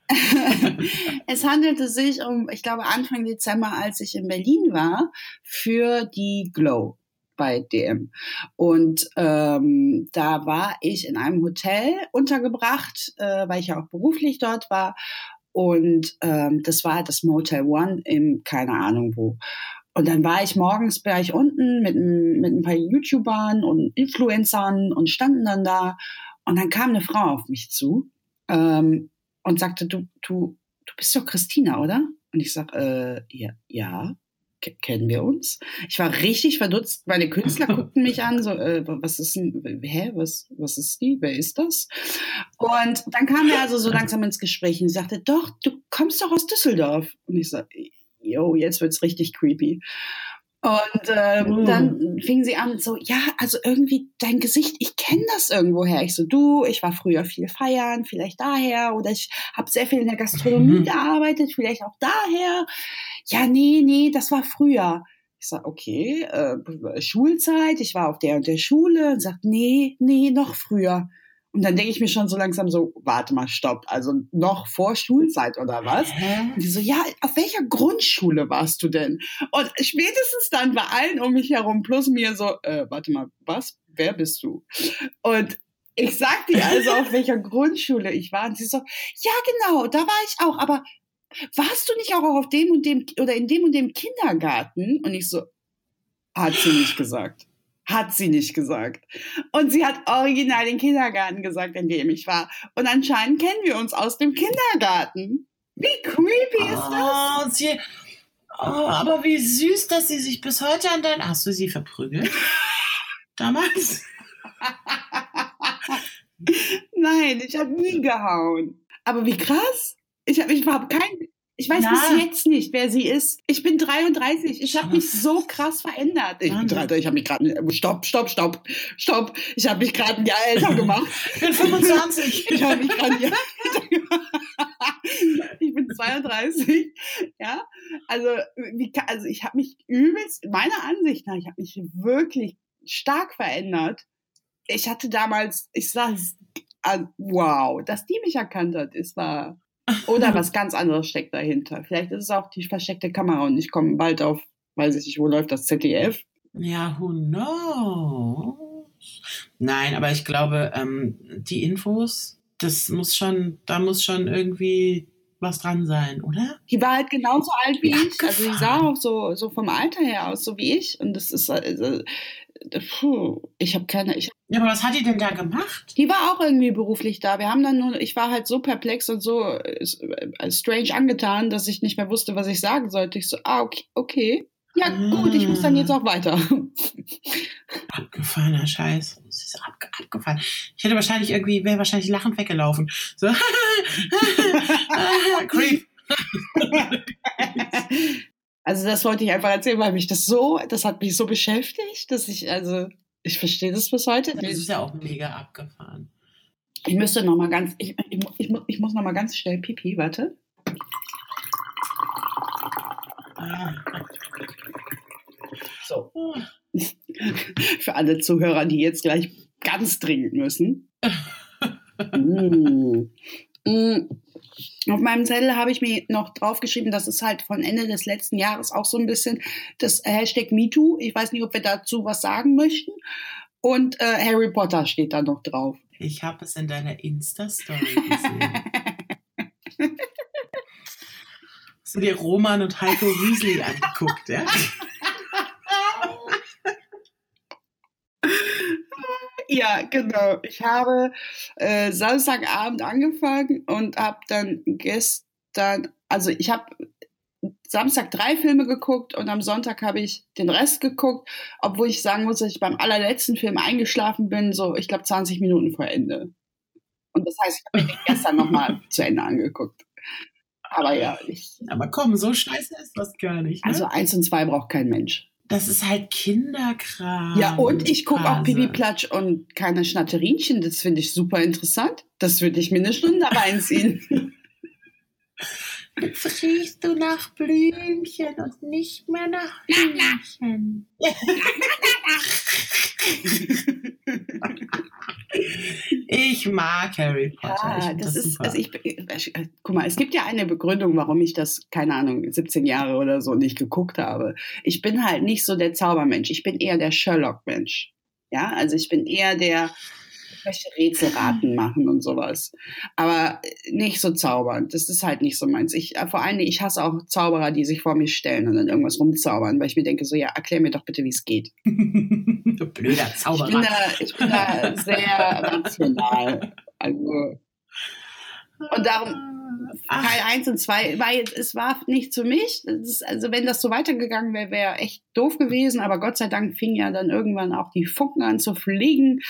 Es handelte sich um, ich glaube, Anfang Dezember, als ich in Berlin war, für die Glow bei D M. Und ähm, da war ich in einem Hotel untergebracht, äh, weil ich ja auch beruflich dort war. Und ähm, das war das Motel One im keine Ahnung wo. Und dann war ich morgens war ich unten mit, mit ein paar YouTubern und Influencern und standen dann da. Und dann kam eine Frau auf mich zu ähm, und sagte, du, du, du bist doch Christina, oder? Und ich sag, äh, ja, ja. K- kennen wir uns? Ich war richtig verdutzt. Meine Künstler guckten mich an, so, äh, was ist denn, hä, was, was ist die? Wer ist das? Und dann kam er also so langsam ins Gespräch und sagte, doch, du kommst doch aus Düsseldorf. Und ich sag, yo, jetzt wird's richtig creepy. Und ähm, Mm. dann fing sie an, so, ja, also irgendwie dein Gesicht, ich kenne das irgendwoher. Ich so, du, ich war früher viel feiern, vielleicht daher. Oder ich habe sehr viel in der Gastronomie Mhm. gearbeitet, vielleicht auch daher. Ja, nee, nee, das war früher. Ich sag, okay, äh, Schulzeit, ich war auf der und der Schule. Und sagt, nee, nee, noch früher. Und dann denke ich mir schon so langsam so, warte mal, stopp, also noch vor Schulzeit oder was? Hä? Und die so, ja, auf welcher Grundschule warst du denn? Und spätestens dann bei allen um mich herum, plus mir so, äh, warte mal, was? Wer bist du? Und ich sag dir also, auf welcher Grundschule ich war. Und sie so, ja genau, da war ich auch, aber warst du nicht auch auf dem und dem, oder in dem und dem Kindergarten? Und ich so, hat sie nicht gesagt. Hat sie nicht gesagt. Und sie hat original den Kindergarten gesagt, in dem ich war. Und anscheinend kennen wir uns aus dem Kindergarten. Wie creepy ist das? Oh, sie, oh, aber wie süß, dass sie sich bis heute an dein... Hast du sie verprügelt? Damals? Nein, ich habe nie gehauen. Aber wie krass. Ich habe ich hab kein... Ich weiß Ja. bis jetzt nicht, wer sie ist. Ich bin dreiunddreißig. Ich habe mich so krass verändert. Ich bin Wahnsinn. dreiunddreißig. Ich habe mich gerade... Stopp, stopp, stopp, stopp. Ich habe mich gerade ein Jahr älter gemacht. Ich bin fünfundzwanzig. Ich habe mich gerade ein Jahr älter gemacht. Ich bin zweiunddreißig. Ja, also, wie, ka- also ich habe mich übelst, meiner Ansicht nach, ich habe mich wirklich stark verändert. Ich hatte damals, ich sag, äh, wow, dass die mich erkannt hat, ist war... Oder was ganz anderes steckt dahinter. Vielleicht ist es auch die versteckte Kamera und ich komme bald auf, weiß ich nicht, wo läuft das, Z D F? Ja, who knows? Nein, aber ich glaube, ähm, die Infos, das muss schon, da muss schon irgendwie was dran sein, oder? Die war halt genauso alt wie Wie ich. Also die sah abgefahren. auch so, so vom Alter her aus, so wie ich. Und das ist, also, puh, ich habe keine, ich Ja, aber was hat die denn da gemacht? Die war auch irgendwie beruflich da. Wir haben dann nur, ich war halt so perplex und so äh, strange angetan, dass ich nicht mehr wusste, was ich sagen sollte. Ich so, ah, okay, okay. Ja, gut, ich muss dann jetzt auch weiter. Abgefahrener Scheiß. Das ist abge abgefahren. Ich hätte wahrscheinlich irgendwie, wäre wahrscheinlich lachend weggelaufen. So, Creep. Also das wollte ich einfach erzählen, weil mich das so, das hat mich so beschäftigt, dass ich, also, ich verstehe das bis heute Das nicht. ist ja auch mega abgefahren. Ich müsste noch mal ganz, ich, ich, ich, ich muss noch mal ganz schnell pipi, warte. Ah. So. Für alle Zuhörer, die jetzt gleich ganz dringend müssen. mm. Mm. Auf meinem Zettel habe ich mir noch draufgeschrieben, das ist halt von Ende des letzten Jahres auch so ein bisschen das Hashtag MeToo. Ich weiß nicht, ob wir dazu was sagen möchten. Und äh, Harry Potter steht da noch drauf. Ich habe es in deiner Insta-Story gesehen. Hast du dir Roman und Heiko Weasley angeguckt, ja? Ja, genau. Ich habe äh, Samstagabend angefangen und habe dann gestern, also ich habe Samstag drei Filme geguckt und am Sonntag habe ich den Rest geguckt, obwohl ich sagen muss, dass ich beim allerletzten Film eingeschlafen bin, so ich glaube zwanzig Minuten vor Ende. Und das heißt, ich habe mir den gestern nochmal zu Ende angeguckt. Aber ja, ich, Aber komm, so scheiße ist das gar nicht. Ne? also eins und zwei braucht kein Mensch. Das ist halt Kinderkram. Ja, und ich gucke auch Hase. Pipi Platsch und keine Schnatterinchen. Das finde ich super interessant. Das würde ich mir eine Stunde reinziehen. Jetzt riechst du nach Blümchen und nicht mehr nach Blümchen. Ich mag Harry Potter. Ja, ich finde das, das ist, super. also ich, ich, guck mal, es gibt ja eine Begründung, warum ich das, keine Ahnung, siebzehn Jahre oder so nicht geguckt habe. Ich bin halt nicht so der Zaubermensch, ich bin eher der Sherlock-Mensch. Ja, also ich bin eher der, ich möchte Rätselraten machen und sowas. Aber nicht so zaubern. Das ist halt nicht so meins. Ich, vor allen Dingen, ich hasse auch Zauberer, die sich vor mir stellen und dann irgendwas rumzaubern, weil ich mir denke, so, ja, erklär mir doch bitte, wie es geht. Du blöder Zauberer. Ich bin da, ich bin da sehr rational. Also, und darum, Teil eins und zwei war jetzt, es war nicht für mich. Das ist, also wenn das so weitergegangen wäre, wäre echt doof gewesen. Aber Gott sei Dank fingen ja dann irgendwann auch die Funken an zu fliegen.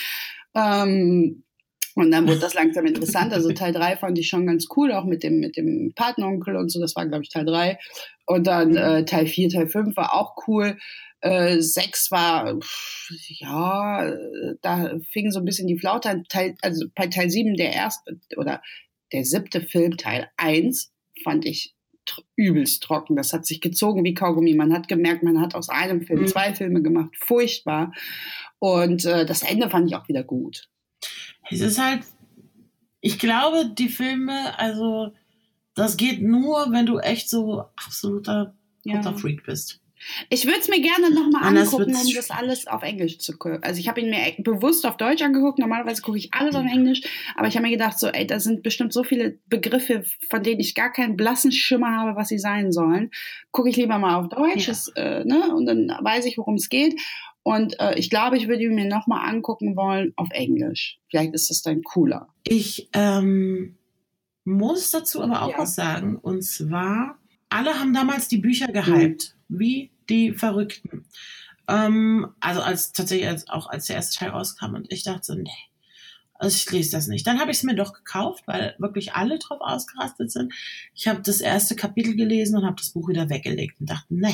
Ähm, und dann wurde das langsam interessant. Also Teil drei fand ich schon ganz cool, auch mit dem, mit dem Patenonkel und so. Das war, glaube ich, Teil drei. Und dann äh, Teil vier, Teil fünf war auch cool. Äh, sechs war, pff, ja, da fing so ein bisschen die Flaute an. Teil, also bei Teil sieben, der erste, oder der siebte Film, Teil eins, fand ich tr- übelst trocken. Das hat sich gezogen wie Kaugummi. Man hat gemerkt, man hat aus einem Film Mhm. zwei Filme gemacht. Furchtbar. Und äh, das Ende fand ich auch wieder gut. Es ist halt, ich glaube, die Filme, also das geht nur, wenn du echt so absoluter Ja. Potter-Freak bist. Ich würde es mir gerne nochmal Anders angucken, wird's um das alles auf Englisch zu gucken. Also ich habe ihn mir e- bewusst auf Deutsch angeguckt. Normalerweise gucke ich alles auf Englisch. Aber ich habe mir gedacht, so, ey, da sind bestimmt so viele Begriffe, von denen ich gar keinen blassen Schimmer habe, was sie sein sollen. Gucke ich lieber mal auf Deutsch, Ja. das, äh, ne? Und dann weiß ich, worum es geht. Und äh, ich glaube, ich würde ihn mir nochmal angucken wollen auf Englisch. Vielleicht ist das dann cooler. Ich ähm, muss dazu aber auch Ja. was sagen. Und zwar, alle haben damals die Bücher gehypt, wie die Verrückten. Ähm, also als tatsächlich als, auch als der erste Teil rauskam und ich dachte so, nee, also ich lese das nicht. Dann habe ich es mir doch gekauft, weil wirklich alle drauf ausgerastet sind. Ich habe das erste Kapitel gelesen und habe das Buch wieder weggelegt und dachte, nee,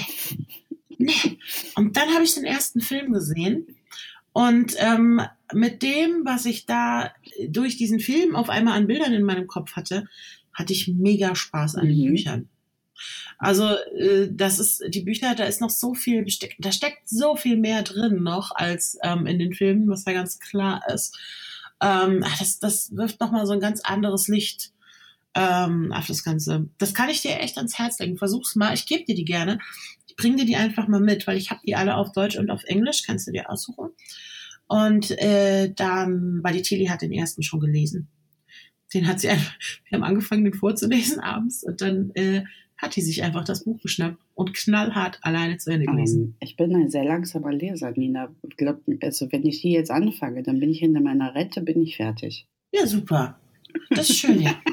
nee. Und dann habe ich den ersten Film gesehen und ähm, mit dem, was ich da durch diesen Film auf einmal an Bildern in meinem Kopf hatte, hatte ich mega Spaß an den Mhm. Büchern. Also äh, das ist die Bücher, da ist noch so viel besteckt, da steckt so viel mehr drin noch als ähm, in den Filmen, was ja ganz klar ist. Ähm, das, das wirft nochmal so ein ganz anderes Licht ähm, auf das Ganze. Das kann ich dir echt ans Herz legen. Versuch's mal. Ich gebe dir die gerne. Ich bringe dir die einfach mal mit, weil ich habe die alle auf Deutsch und auf Englisch. Kannst du dir aussuchen. Und äh, dann, weil die Tilly hat den ersten schon gelesen. Den hat sie einfach, wir haben angefangen, den vorzulesen abends und dann äh, hat die sich einfach das Buch geschnappt und knallhart alleine zu Ende gelesen. Um, ich bin ein sehr langsamer Leser, Nina. Glaub, also wenn ich hier jetzt anfange, dann bin ich hinter meiner Rente, bin ich fertig. Ja, super. Das ist schön, ja.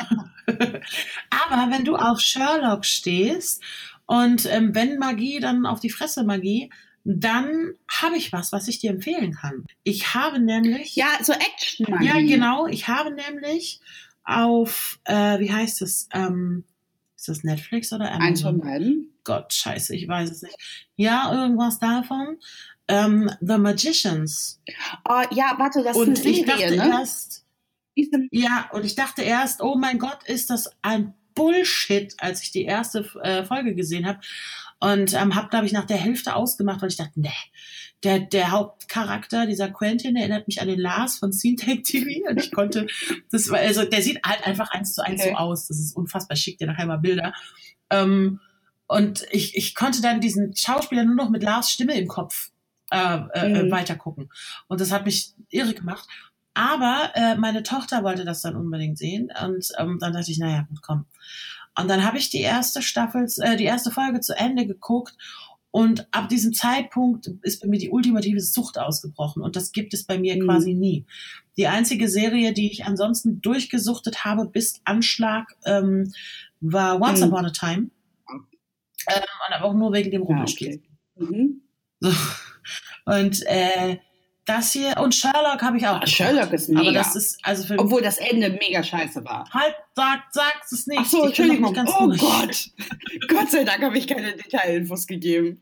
Aber wenn du auf Sherlock stehst und ähm, wenn Magie, dann auf die Fresse Magie, dann habe ich was, was ich dir empfehlen kann. Ich habe nämlich... Ja, so Action-Magie. Ja, genau. Ich habe nämlich auf, äh, wie heißt es, ähm, ist das Netflix oder Amazon? Eins von beiden. Gott, scheiße, ich weiß es nicht. Ja, irgendwas davon. Ähm, The Magicians. Oh, ja, warte, das Und ist eine ich Serie, dachte ne? erst, Die ist eine- ja, und ich dachte erst, oh mein Gott, ist das ein Bullshit, als ich die erste äh, Folge gesehen habe. Und ähm, habe, glaube ich, nach der Hälfte ausgemacht, weil ich dachte, nee, der, der Hauptcharakter, dieser Quentin, der erinnert mich an den Lars von Scene Tag T V. Und ich konnte, das war, also der sieht halt einfach eins zu eins Okay. so aus. Das ist unfassbar, ich schick dir nachher mal Bilder. Ähm, und ich, ich konnte dann diesen Schauspieler nur noch mit Lars Stimme im Kopf äh, äh, Mhm. weitergucken. Und das hat mich irre gemacht. Aber äh, meine Tochter wollte das dann unbedingt sehen. Und ähm, dann dachte ich, naja, gut, komm. Und dann habe ich die erste Staffel, äh, die erste Folge zu Ende geguckt. Und ab diesem Zeitpunkt ist bei mir die ultimative Sucht ausgebrochen. Und das gibt es bei mir Mhm. quasi nie. Die einzige Serie, die ich ansonsten durchgesuchtet habe bis Anschlag, ähm, war Once Mhm. Upon a Time. Ähm, und aber auch nur wegen dem Ja, Rumpelspiel. okay. Mhm. So. Und äh, das hier, und Sherlock habe ich auch Ah, geguckt. Sherlock ist mega. Aber das ist, also für Obwohl das Ende mega scheiße war. halt, sagt, sagt es nicht. Ach so, Ich bin noch Entschuldigung. nicht ganz Oh durch. Gott. Gott sei Dank habe ich keine Detailinfos gegeben.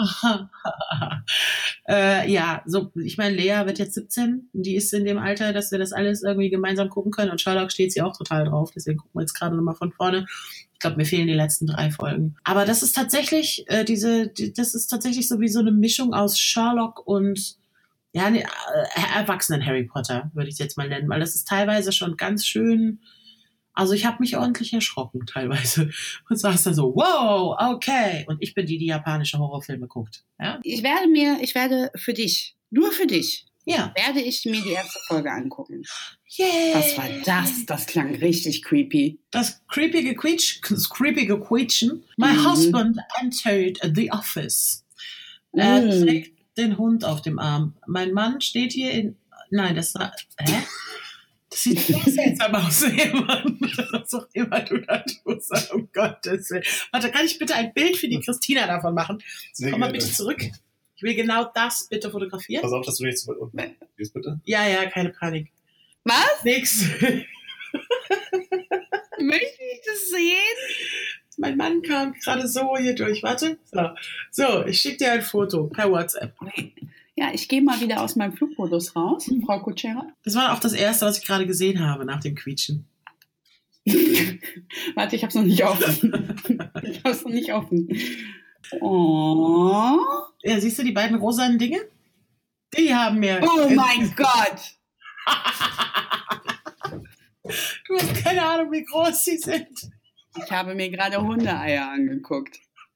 äh, ja, so, ich meine, Lea wird jetzt siebzehn, die ist in dem Alter, dass wir das alles irgendwie gemeinsam gucken können und Sherlock steht sie auch total drauf, deswegen gucken wir jetzt gerade nochmal von vorne. Ich glaube, mir fehlen die letzten drei Folgen. Aber das ist tatsächlich, äh, diese, die, das ist tatsächlich so wie so eine Mischung aus Sherlock und ja, ne, äh, erwachsenen Harry Potter, würde ich es jetzt mal nennen, weil das ist teilweise schon ganz schön, also ich habe mich ordentlich erschrocken teilweise und saß dann so, wow, okay, und ich bin die, die japanische Horrorfilme guckt. Ja? Ich werde mir, ich werde für dich, nur für dich, ja. werde ich mir die erste Folge angucken. Yay. Was war das? Das klang richtig creepy. Das creepige Quietsch, das creepige Quietschen. My mhm. husband entered the office. Mhm. Er trägt den Hund auf dem Arm. Mein Mann steht hier in, nein, das war, hä? Das sieht sehr seltsam aus, Mann. Was auch immer du da tust, um Gottes Willen. Warte, kann ich bitte ein Bild für die Christina davon machen? Sehr Komm mal bitte zurück. Ich will genau das bitte fotografieren. Pass auf, dass du nicht zu weit unten gehst, bitte. Ja, ja, keine Panik. Was? Nix. Möchte ich das sehen? Mein Mann kam gerade so hier durch. Warte. So, so ich schicke dir ein Foto per WhatsApp. Ja, ich gehe mal wieder aus meinem Flugmodus raus, Frau Kutschera. Das war auch das Erste, was ich gerade gesehen habe nach dem Quietschen. Warte, ich hab's noch nicht offen. Ich hab's noch nicht offen. Oh. Ja, siehst du die beiden rosanen Dinge? Die haben mir... Oh mein Gott! Du hast keine Ahnung, wie groß sie sind. Ich habe mir gerade Hundeeier angeguckt.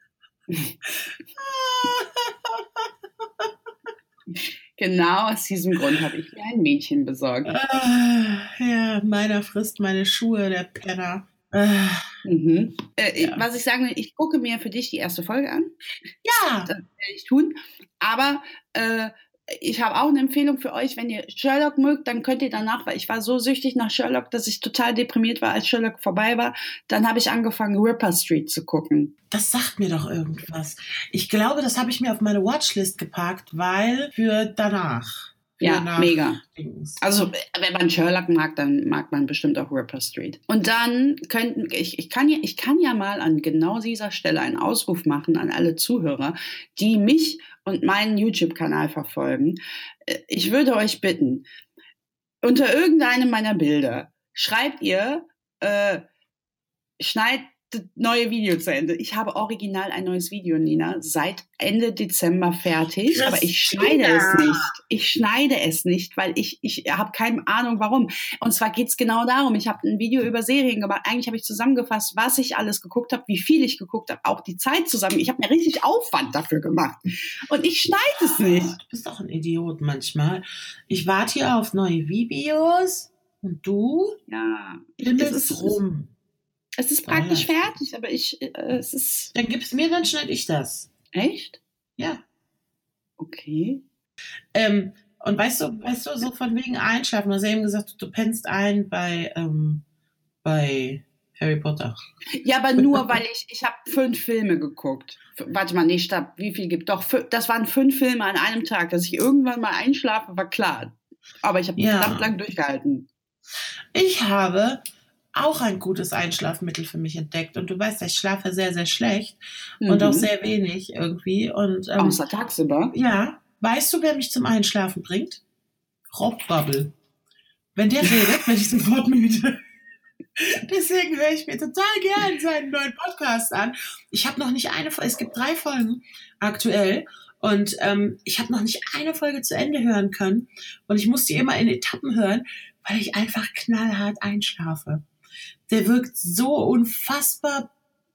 Genau aus diesem Grund habe ich mir ein Mädchen besorgt. Ah, ja, meiner frisst meine Schuhe, der Penner. Ah, mhm. äh, ja. Was ich sagen will, ich gucke mir für dich die erste Folge an. Ja. Das werde ich tun. Aber äh, ich habe auch eine Empfehlung für euch, wenn ihr Sherlock mögt, dann könnt ihr danach, weil ich war so süchtig nach Sherlock, dass ich total deprimiert war, als Sherlock vorbei war. Dann habe ich angefangen, Ripper Street zu gucken. Das sagt mir doch irgendwas. Ich glaube, das habe ich mir auf meine Watchlist gepackt, weil für danach. Für ja, nach mega. Dings. Also, wenn man Sherlock mag, dann mag man bestimmt auch Ripper Street. Und dann könnten, ich, ich kann ja, ich kann ja mal an genau dieser Stelle einen Ausruf machen an alle Zuhörer, die mich und meinen YouTube-Kanal verfolgen. Ich würde euch bitten, unter irgendeinem meiner Bilder schreibt ihr, äh, schneidet neue Video zu Ende. Ich habe original ein neues Video, Nina, seit Ende Dezember fertig, Christina. Aber ich schneide es nicht. Ich schneide es nicht, weil ich, ich habe keine Ahnung, warum. Und zwar geht's genau darum, ich habe ein Video über Serien gemacht. Eigentlich habe ich zusammengefasst, was ich alles geguckt habe, wie viel ich geguckt habe, auch die Zeit zusammen. Ich habe mir richtig Aufwand dafür gemacht. Und ich schneide es nicht. Du bist doch ein Idiot manchmal. Ich warte hier auf neue Videos und du? Ja. Es ist rum. Es ist praktisch ah, ja. fertig, aber ich, äh, es ist... Dann gib's mir, dann schneide ich das. Echt? Ja. Okay. Ähm, und weißt du, weißt du, so von wegen Einschlafen, du hast ja eben gesagt, du pennst ein bei, ähm, bei Harry Potter. Ja, aber nur, weil ich, ich habe fünf Filme geguckt. F- Warte mal, nee, stopp, wie viel gibt? Doch, f- das waren fünf Filme an einem Tag. Dass ich irgendwann mal einschlafe, war klar. Aber ich habe ja. verdammt lang durchgehalten. Ich habe auch ein gutes Einschlafmittel für mich entdeckt. Und du weißt, ich schlafe sehr, sehr schlecht mhm. und auch sehr wenig irgendwie. Und, ähm, außer tagsüber? Ja. Weißt du, wer mich zum Einschlafen bringt? Rob Bubble. Wenn der redet, werde ich sofort müde. Deswegen höre ich mir total gern seinen neuen Podcast an. Ich habe noch nicht eine Folge, es gibt drei Folgen aktuell. Und ähm, ich habe noch nicht eine Folge zu Ende hören können. Und ich muss die immer in Etappen hören, weil ich einfach knallhart einschlafe. Der wirkt so unfassbar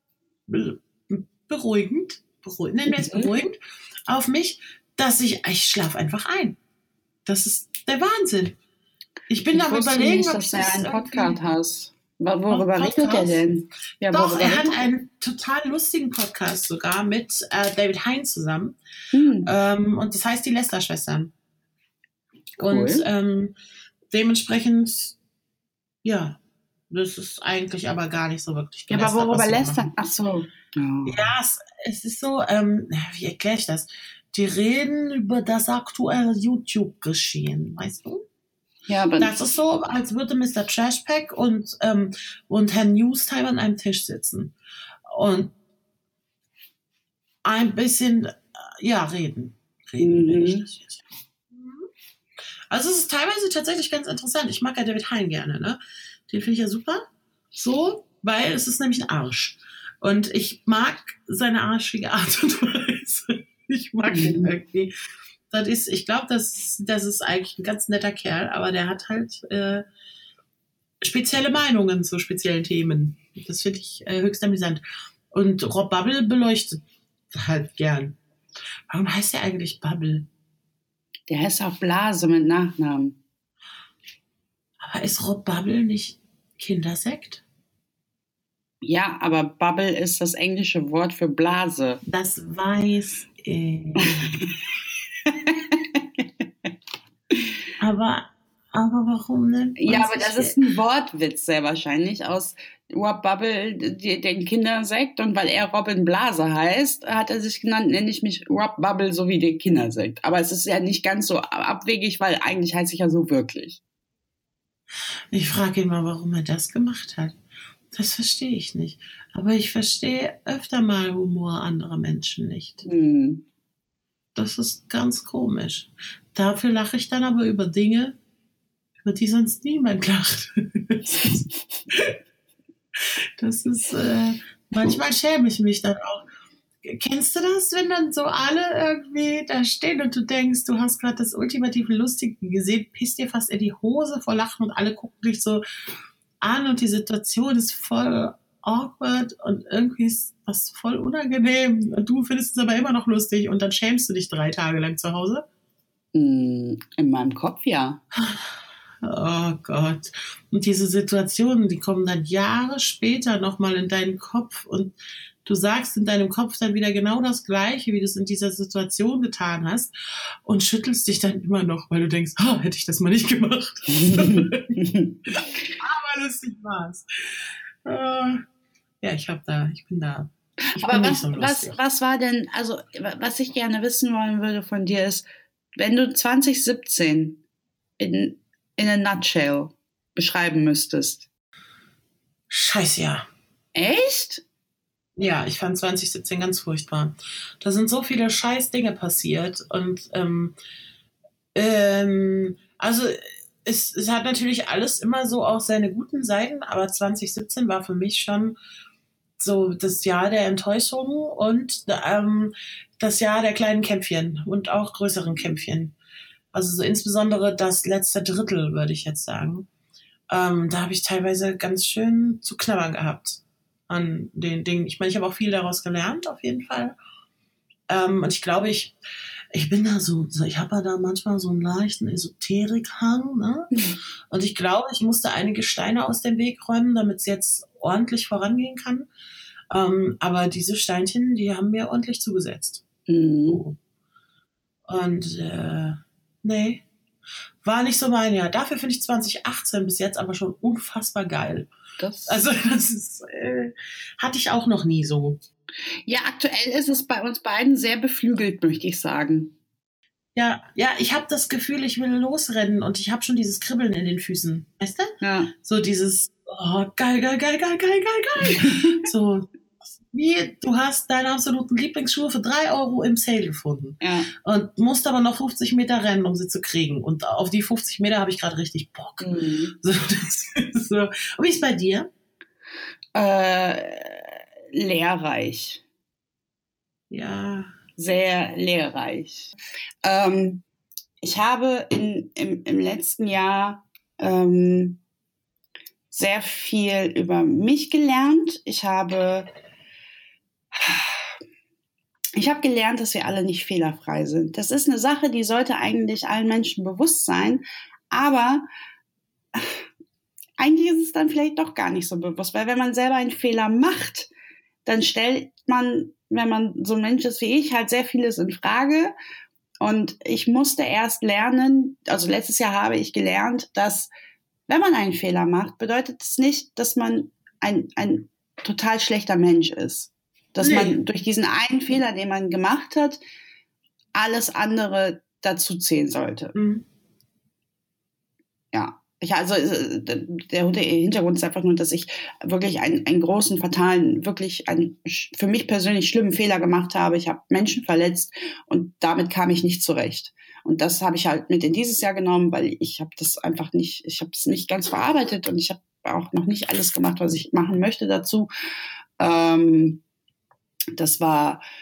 beruhigend, beruhigend, nennen wir es beruhigend, auf mich, dass ich, ich schlafe einfach ein. Das ist der Wahnsinn. Ich bin ich am Überlegen, nicht, ob dass ich das einen Podcast hast. Worüber Podcast? redet er denn? Ja, Doch, er hat einen total lustigen Podcast sogar mit äh, David Hein zusammen. Hm. Ähm, und das heißt die Lester-Schwestern. Cool. Und ähm, dementsprechend, ja, das ist eigentlich aber gar nicht so wirklich gelästert. Ja, aber worüber lästern? Ach so. Oh. Ja, es, es ist so, ähm, wie erkläre ich das? Die reden über das aktuelle YouTube-Geschehen, weißt du? Ja, aber das ist so, als würde Mister Trashpack und, ähm, und Herr Newstime an einem Tisch sitzen und ein bisschen, ja, reden. Reden, mhm. ich das jetzt. Also es ist teilweise tatsächlich ganz interessant. Ich mag ja David Hein gerne, ne? Den finde ich ja super. So, weil es ist nämlich ein Arsch. Und ich mag seine arschige Art und Weise. Ich mag mhm. den irgendwie. das ist, ich glaube, das, das ist eigentlich ein ganz netter Kerl, aber der hat halt äh, spezielle Meinungen zu speziellen Themen. Das finde ich äh, höchst amüsant. Und Rob Bubble beleuchtet halt gern. Warum heißt der eigentlich Bubble? Der heißt auch Blase mit Nachnamen. Aber ist Rob Bubble nicht Kindersekt? Ja, aber Bubble ist das englische Wort für Blase. Das weiß ich. aber, aber warum denn? Ja, aber das ist ein Wortwitz sehr wahrscheinlich aus Rob Bubble, den Kindersekt. Und weil er Robin Blase heißt, hat er sich genannt, nenne ich mich Rob Bubble sowie den Kindersekt. Aber es ist ja nicht ganz so abwegig, weil eigentlich heiße ich ja so wirklich. Ich frage ihn mal, warum er das gemacht hat. Das verstehe ich nicht. Aber ich verstehe öfter mal Humor anderer Menschen nicht. Hm. Das ist ganz komisch. Dafür lache ich dann aber über Dinge, über die sonst niemand lacht. Das ist, das ist äh, manchmal schäme ich mich dann auch. Kennst du das, wenn dann so alle irgendwie da stehen und du denkst, du hast gerade das ultimativ Lustige gesehen, pisst dir fast in die Hose vor Lachen und alle gucken dich so an und die Situation ist voll awkward und irgendwie ist was voll unangenehm und du findest es aber immer noch lustig und dann schämst du dich drei Tage lang zu Hause? In meinem Kopf, ja. Oh Gott. Und diese Situationen, die kommen dann Jahre später nochmal in deinen Kopf und du sagst in deinem Kopf dann wieder genau das Gleiche, wie du es in dieser Situation getan hast und schüttelst dich dann immer noch, weil du denkst, oh, hätte ich das mal nicht gemacht. Aber lustig war's. Äh, ja, ich hab da, ich bin da. Ich Aber bin was, nicht so was, lustig. was war denn, also was ich gerne wissen wollen würde von dir ist, wenn du zwanzig siebzehn in, in a nutshell beschreiben müsstest. Scheiße, ja. Echt? Ja, ich fand zwanzig siebzehn ganz furchtbar. Da sind so viele scheiß Dinge passiert und ähm, ähm, also es, es hat natürlich alles immer so auch seine guten Seiten, aber zwanzig siebzehn war für mich schon so das Jahr der Enttäuschung und ähm, das Jahr der kleinen Kämpfchen und auch größeren Kämpfchen. Also so insbesondere das letzte Drittel, würde ich jetzt sagen. Ähm, da habe ich teilweise ganz schön zu knabbern gehabt an den Dingen. Ich meine, ich habe auch viel daraus gelernt, auf jeden Fall. Ähm, und ich glaube, ich, ich bin da so, so ich habe ja da manchmal so einen leichten Esoterik-Hang, ne? Und ich glaube, ich musste einige Steine aus dem Weg räumen, damit es jetzt ordentlich vorangehen kann. Ähm, aber diese Steinchen, die haben mir ordentlich zugesetzt. Mhm. So. Und äh, nee, war nicht so mein Jahr. Dafür finde ich zwanzig achtzehn bis jetzt aber schon unfassbar geil. Das Also das ist, äh, hatte ich auch noch nie so. Ja, aktuell ist es bei uns beiden sehr beflügelt, möchte ich sagen. Ja, ja, ich habe das Gefühl, ich will losrennen und ich habe schon dieses Kribbeln in den Füßen. Weißt du? Ja. So dieses, oh, geil, geil, geil, geil, geil, geil, geil. So, wie, du hast deine absoluten Lieblingsschuhe für drei Euro im Sale gefunden. Ja. Und musst aber noch fünfzig Meter rennen, um sie zu kriegen. Und auf die fünfzig Meter habe ich gerade richtig Bock. Mhm. So, das ist so. Und wie ist bei dir? Äh, lehrreich. Ja. Sehr lehrreich. Ähm, ich habe in, im, im letzten Jahr ähm, sehr viel über mich gelernt. Ich habe, ich habe gelernt, dass wir alle nicht fehlerfrei sind. Das ist eine Sache, die sollte eigentlich allen Menschen bewusst sein. Aber eigentlich ist es dann vielleicht doch gar nicht so bewusst, weil wenn man selber einen Fehler macht, dann stellt man, wenn man so ein Mensch ist wie ich, halt sehr vieles in Frage. Und ich musste erst lernen, also letztes Jahr habe ich gelernt, dass wenn man einen Fehler macht, bedeutet es nicht, dass man ein, ein total schlechter Mensch ist. Dass Nee. man durch diesen einen Fehler, den man gemacht hat, alles andere dazu zählen sollte. Mhm. Ja. Ich, also der Hintergrund ist einfach nur, dass ich wirklich einen, einen großen, fatalen, wirklich einen für mich persönlich schlimmen Fehler gemacht habe. Ich habe Menschen verletzt und damit kam ich nicht zurecht. Und das habe ich halt mit in dieses Jahr genommen, weil ich habe das einfach nicht, ich habe es nicht ganz verarbeitet und ich habe auch noch nicht alles gemacht, was ich machen möchte dazu. Ähm, das war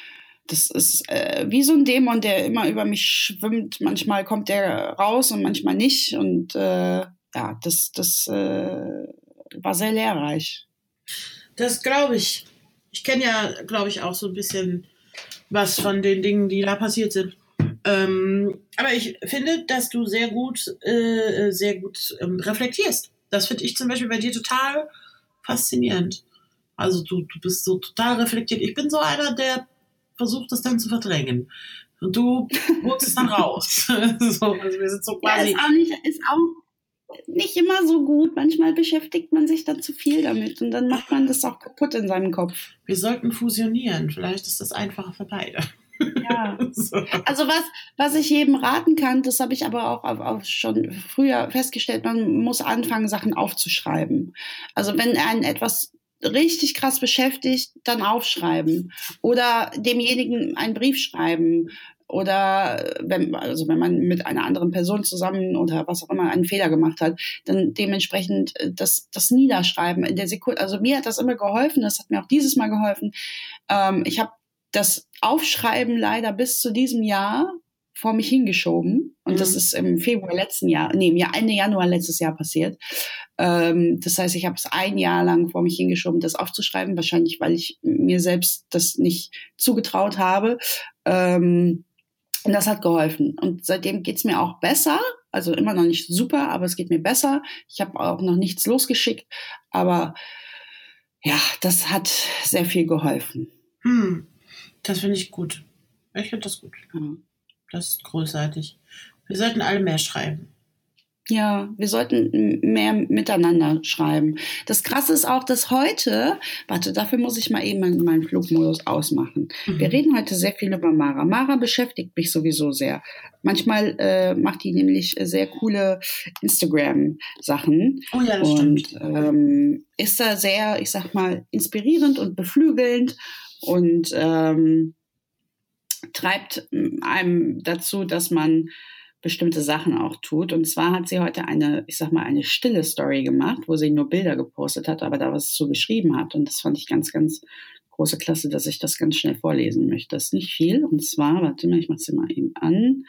das ist äh, wie so ein Dämon, der immer über mich schwimmt. Manchmal kommt der raus und manchmal nicht. Und äh, ja, das, das äh, war sehr lehrreich. Das glaube ich. Ich kenne ja, glaube ich, auch so ein bisschen was von den Dingen, die da passiert sind. Ähm, aber ich finde, dass du sehr gut, äh, sehr gut ähm, reflektierst. Das finde ich zum Beispiel bei dir total faszinierend. Also du, du bist so total reflektiert. Ich bin so einer, der versucht, das dann zu verdrängen. Und du holst es dann raus. So, also wir sind so Ja, quasi. ist auch nicht, ist auch nicht immer so gut. Manchmal beschäftigt man sich dann zu viel damit und dann macht man das auch kaputt in seinem Kopf. Wir sollten fusionieren. Vielleicht ist das einfacher für beide. Ja. So. Also was, was ich jedem raten kann, das habe ich aber auch, auch, auch schon früher festgestellt, man muss anfangen, Sachen aufzuschreiben. Also wenn einen etwas richtig krass beschäftigt, dann aufschreiben oder demjenigen einen Brief schreiben oder wenn, also wenn man mit einer anderen Person zusammen oder was auch immer einen Fehler gemacht hat, dann dementsprechend das, das Niederschreiben in der Sekunde. Also mir hat das immer geholfen, das hat mir auch dieses Mal geholfen. Ähm, ich habe das Aufschreiben leider bis zu diesem Jahr vor mich hingeschoben. Und mhm. das ist im Februar letzten Jahr, nee, im Jahr, Ende Januar letztes Jahr passiert. Ähm, das heißt, ich habe es ein Jahr lang vor mich hingeschoben, das aufzuschreiben. Wahrscheinlich, weil ich mir selbst das nicht zugetraut habe. Ähm, und das hat geholfen. Und seitdem geht's mir auch besser. Also immer noch nicht super, aber es geht mir besser. Ich habe auch noch nichts losgeschickt. Aber ja, das hat sehr viel geholfen. Hm. Das finde ich gut. Ich finde das gut. Ja. Das ist großartig. Wir sollten alle mehr schreiben. Ja, wir sollten mehr miteinander schreiben. Das Krasse ist auch, dass heute, warte, dafür muss ich mal eben meinen, meinen Flugmodus ausmachen. Mhm. Wir reden heute sehr viel über Mara. Mara beschäftigt mich sowieso sehr. Manchmal äh, macht die nämlich sehr coole Instagram-Sachen. Oh ja, das und, stimmt. Ähm, ist da sehr, ich sag mal, inspirierend und beflügelnd und ähm, treibt einem dazu, dass man bestimmte Sachen auch tut. Und zwar hat sie heute eine, ich sag mal, eine stille Story gemacht, wo sie nur Bilder gepostet hat, aber da was zu geschrieben hat. Und das fand ich ganz, ganz große Klasse, dass ich das ganz schnell vorlesen möchte. Das ist nicht viel. Und zwar, warte mal, ich mach sie mal eben an.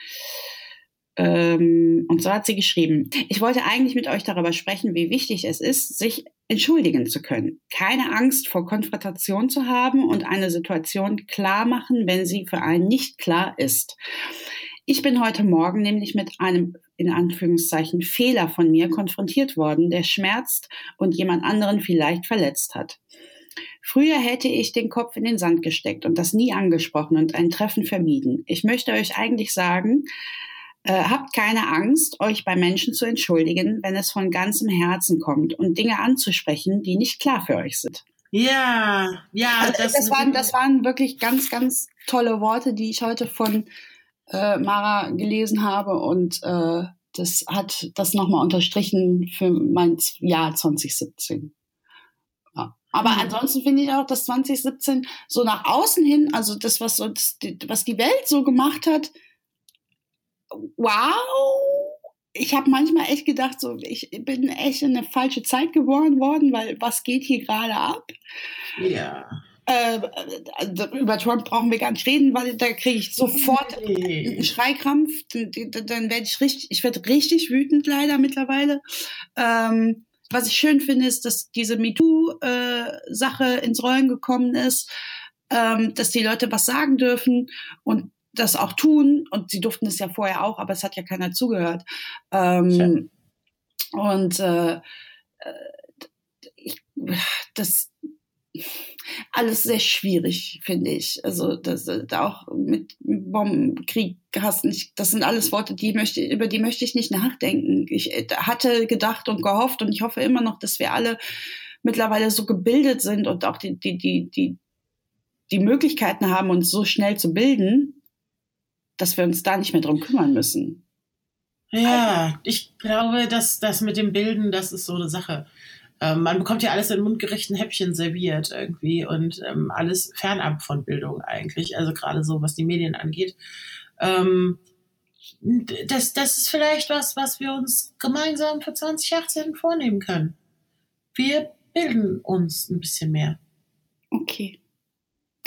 Ähm, und zwar hat sie geschrieben: Ich wollte eigentlich mit euch darüber sprechen, wie wichtig es ist, sich entschuldigen zu können. Keine Angst vor Konfrontation zu haben und eine Situation klar machen, wenn sie für einen nicht klar ist. Ich bin heute Morgen nämlich mit einem, in Anführungszeichen, Fehler von mir konfrontiert worden, der schmerzt und jemand anderen vielleicht verletzt hat. Früher hätte ich den Kopf in den Sand gesteckt und das nie angesprochen und ein Treffen vermieden. Ich möchte euch eigentlich sagen, äh, habt keine Angst, euch bei Menschen zu entschuldigen, wenn es von ganzem Herzen kommt und Dinge anzusprechen, die nicht klar für euch sind. Ja, ja. Also, das, das, waren, das waren wirklich ganz, ganz tolle Worte, die ich heute von äh, Mara gelesen habe und äh, das hat das nochmal unterstrichen für mein Jahr zwanzig siebzehn. Ja. Aber mhm. ansonsten finde ich auch, dass zwanzig siebzehn so nach außen hin, also das, was, so, das, was die Welt so gemacht hat, wow! Ich habe manchmal echt gedacht, so ich bin echt in eine falsche Zeit geboren worden, weil was geht hier gerade ab? Ja. Äh, über Trump brauchen wir gar nicht reden, weil da kriege ich sofort nee. einen Schreikrampf. Dann werde ich richtig, ich werde richtig wütend leider mittlerweile. Ähm, was ich schön finde, ist, dass diese MeToo-Sache ins Rollen gekommen ist, ähm, dass die Leute was sagen dürfen und das auch tun. Und sie durften es ja vorher auch, aber es hat ja keiner zugehört. Ähm, und äh, ich, das alles sehr schwierig, finde ich. Also das, auch mit Bombenkrieg hast nicht, das sind alles Worte, die möchte, über die möchte ich nicht nachdenken. Ich hatte gedacht und gehofft und ich hoffe immer noch, dass wir alle mittlerweile so gebildet sind und auch die, die, die, die, die Möglichkeiten haben, uns so schnell zu bilden, dass wir uns da nicht mehr drum kümmern müssen. Ja, ich glaube, dass das mit dem Bilden, das ist so eine Sache. Ähm, man bekommt ja alles in mundgerechten Häppchen serviert irgendwie und ähm, alles fernab von Bildung eigentlich, also gerade so, was die Medien angeht. Ähm, das, das ist vielleicht was, was wir uns gemeinsam für zwanzig achtzehn vornehmen können. Wir bilden uns ein bisschen mehr. Okay.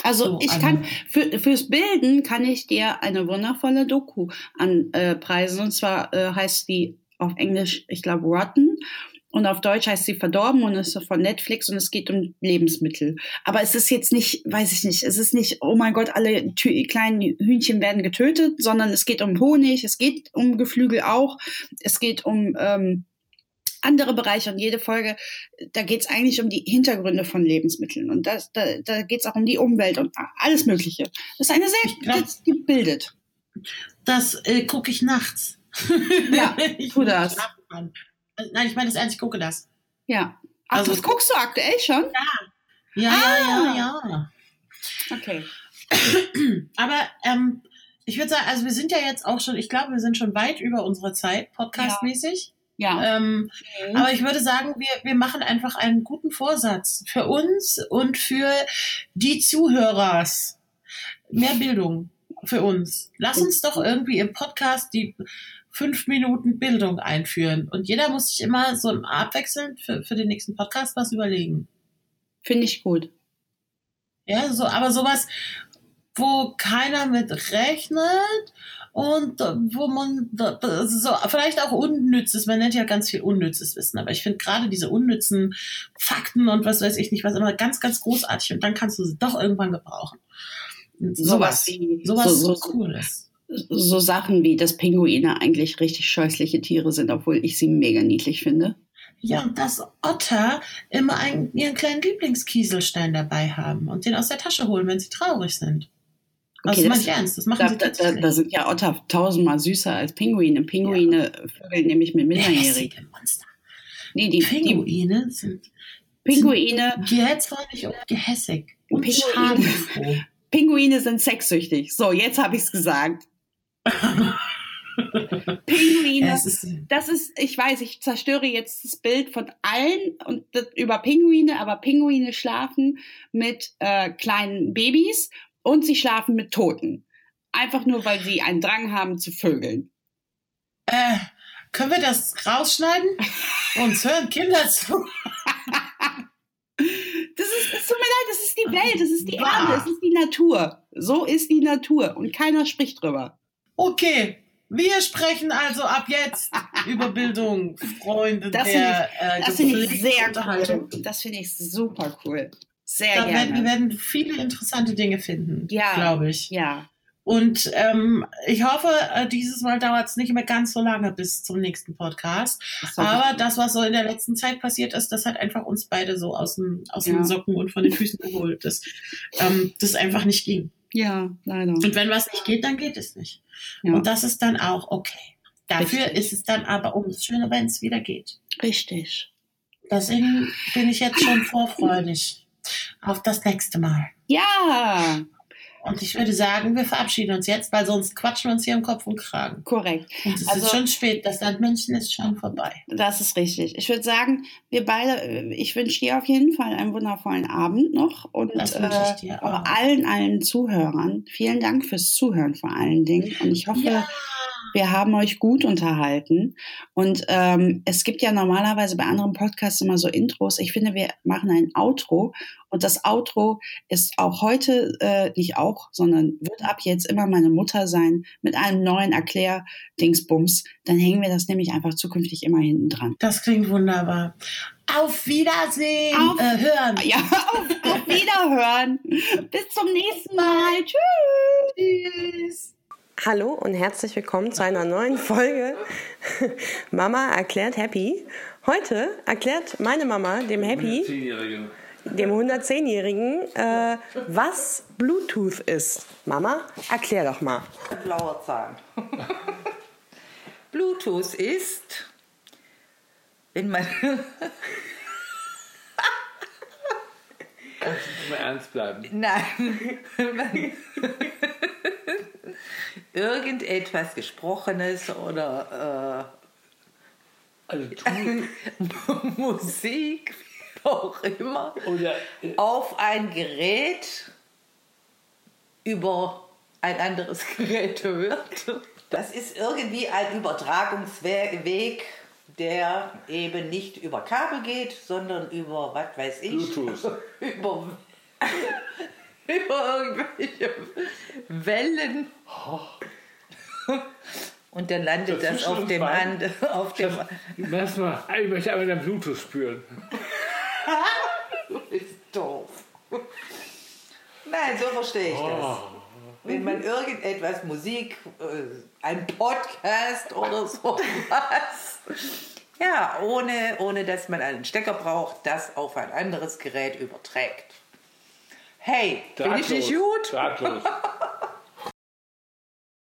Also So, ich Anne. kann, für, fürs Bilden kann ich dir eine wundervolle Doku anpreisen. Und zwar äh, heißt die auf Englisch, ich glaube, Rotten. Und auf Deutsch heißt sie Verdorben und ist von Netflix und es geht um Lebensmittel. Aber es ist jetzt nicht, weiß ich nicht, es ist nicht, oh mein Gott, alle Tü- kleinen Hühnchen werden getötet, sondern es geht um Honig, es geht um Geflügel auch, es geht um ähm, andere Bereiche und jede Folge, da geht es eigentlich um die Hintergründe von Lebensmitteln und das, da, da geht es auch um die Umwelt und alles Mögliche. Das ist eine sehr, Ich glaub- das, die bildet. Das äh, gucke ich nachts. Ja, Wenn ich tu nicht das. schlafen kann. Also, nein, ich meine das ernst, ich gucke das. Ja. Ach, Also- das guckst du aktuell schon? Ja, Ah. ja, ja, ja. Okay. Aber ähm, ich würde sagen, also wir sind ja jetzt auch schon, ich glaube, wir sind schon weit über unsere Zeit, podcastmäßig. Ja. Ähm, Mhm. Aber ich würde sagen, wir, wir machen einfach einen guten Vorsatz für uns und für die Zuhörers. Mehr Bildung für uns. Lass uns doch irgendwie im Podcast die fünf Minuten Bildung einführen. Und jeder muss sich immer so abwechselnd für, für den nächsten Podcast was überlegen. Finde ich gut. Ja, so, aber sowas, wo keiner mit rechnet und äh, wo man da- da- so vielleicht auch unnützes, man nennt ja ganz viel unnützes Wissen, aber ich finde gerade diese unnützen Fakten und was weiß ich nicht, was immer ganz, ganz großartig und dann kannst du sie doch irgendwann gebrauchen. Und Sowas sowas, wie- sowas so- so- cool ist. So Sachen wie, dass Pinguine eigentlich richtig scheußliche Tiere sind, obwohl ich sie mega niedlich finde. Ja, und dass Otter immer einen, ihren kleinen Lieblingskieselstein dabei haben und den aus der Tasche holen, wenn sie traurig sind. Das Okay, meine das- ich ernst, das machen Da, sie da, da, tatsächlich. da sind ja Otter tausendmal süßer als Pinguine. Pinguine vögeln nämlich mit Minderjährigen. Hässliche Monster. Nee, die, die Pinguine sind Pinguine, jähzornig und gehässig und Pinguine. schadenfroh. Pinguine sind sexsüchtig. So, jetzt habe ich es gesagt. Pinguine, Es ist, das ist, ich weiß, ich zerstöre jetzt das Bild von allen und das, über Pinguine, aber Pinguine schlafen mit äh, kleinen Babys und sie schlafen mit Toten. Einfach nur, weil sie einen Drang haben zu vögeln. äh, können wir das rausschneiden? Uns hören Kinder zu. Das ist, es tut mir leid, das ist die Welt, das ist die Bah. Erde, das ist die Natur. So ist die Natur und keiner spricht drüber. Okay, wir sprechen also ab jetzt über Bildung, Freunde Das der äh, Das finde ich gepflegten sehr Unterhaltung. cool. Das finde ich super cool. Sehr Da werden, wir gerne. werden viele interessante Dinge finden, Ja. glaube ich. Ja, Und ähm, ich hoffe, äh, dieses Mal dauert es nicht mehr ganz so lange bis zum nächsten Podcast. das hoffe Aber ich. das, was so in der letzten Zeit passiert ist, das hat einfach uns beide so aus, dem, aus Ja. den Socken und von den Füßen geholt, dass ähm, das einfach nicht ging. Ja, leider. Und wenn was nicht geht, dann geht es nicht. Ja. Und das ist dann auch okay. Dafür Richtig. ist es dann aber umso schöner, wenn es wieder geht. Richtig. Deswegen bin ich jetzt schon vorfreudig auf das nächste Mal. Ja, Und ich würde sagen, wir verabschieden uns jetzt, weil sonst quatschen wir uns hier im Kopf und Kragen. korrekt. Und es Also- ist schon spät, das Sandmännchen ist schon vorbei. Das ist richtig. Ich würde sagen, wir beide, ich wünsche dir auf jeden Fall einen wundervollen Abend noch und Das wünsche ich dir auch auch. allen, allen Zuhörern. Vielen Dank fürs Zuhören vor allen Dingen. Und ich hoffe, Ja. wir haben euch gut unterhalten. Und ähm, es gibt ja normalerweise bei anderen Podcasts immer so Intros. Ich finde, wir machen ein Outro. Und das Outro ist auch heute, äh, nicht auch, sondern wird ab jetzt immer meine Mutter sein mit einem neuen Erklär-Dingsbums. Dann hängen wir das nämlich einfach zukünftig immer hinten dran. Das klingt wunderbar. Auf Wiedersehen. Auf- äh, hören. Ja, auf, auf Wiederhören. Bis zum nächsten Mal. Tschüss. Tschüss. Hallo und herzlich willkommen zu einer neuen Folge Mama erklärt Happy. Heute erklärt meine Mama dem Happy, Zehnjährigen. dem hundertzehnjährigen, äh, was Bluetooth ist. Mama, erklär doch mal. Blauer Zahn. Bluetooth ist, wenn man Mal ernst bleiben. nein, wenn man irgendetwas Gesprochenes oder Also äh, Musik, wie auch immer, oder auf ein Gerät über ein anderes Gerät hört. Das ist irgendwie ein Übertragungsweg, der eben nicht über Kabel geht, sondern über, was weiß ich, Bluetooth. über, über irgendwelche Wellen. Und dann landet das, das auf dem Hand, auf dem. Lass mal, ich möchte aber dein Bluetooth spüren. Du bist doof. Nein, so verstehe ich oh. das. Wenn man irgendetwas, Musik, ein Podcast oder sowas, ja, ohne, ohne dass man einen Stecker braucht, das auf ein anderes Gerät überträgt. Hey, bin ich nicht gut? Drahtlos.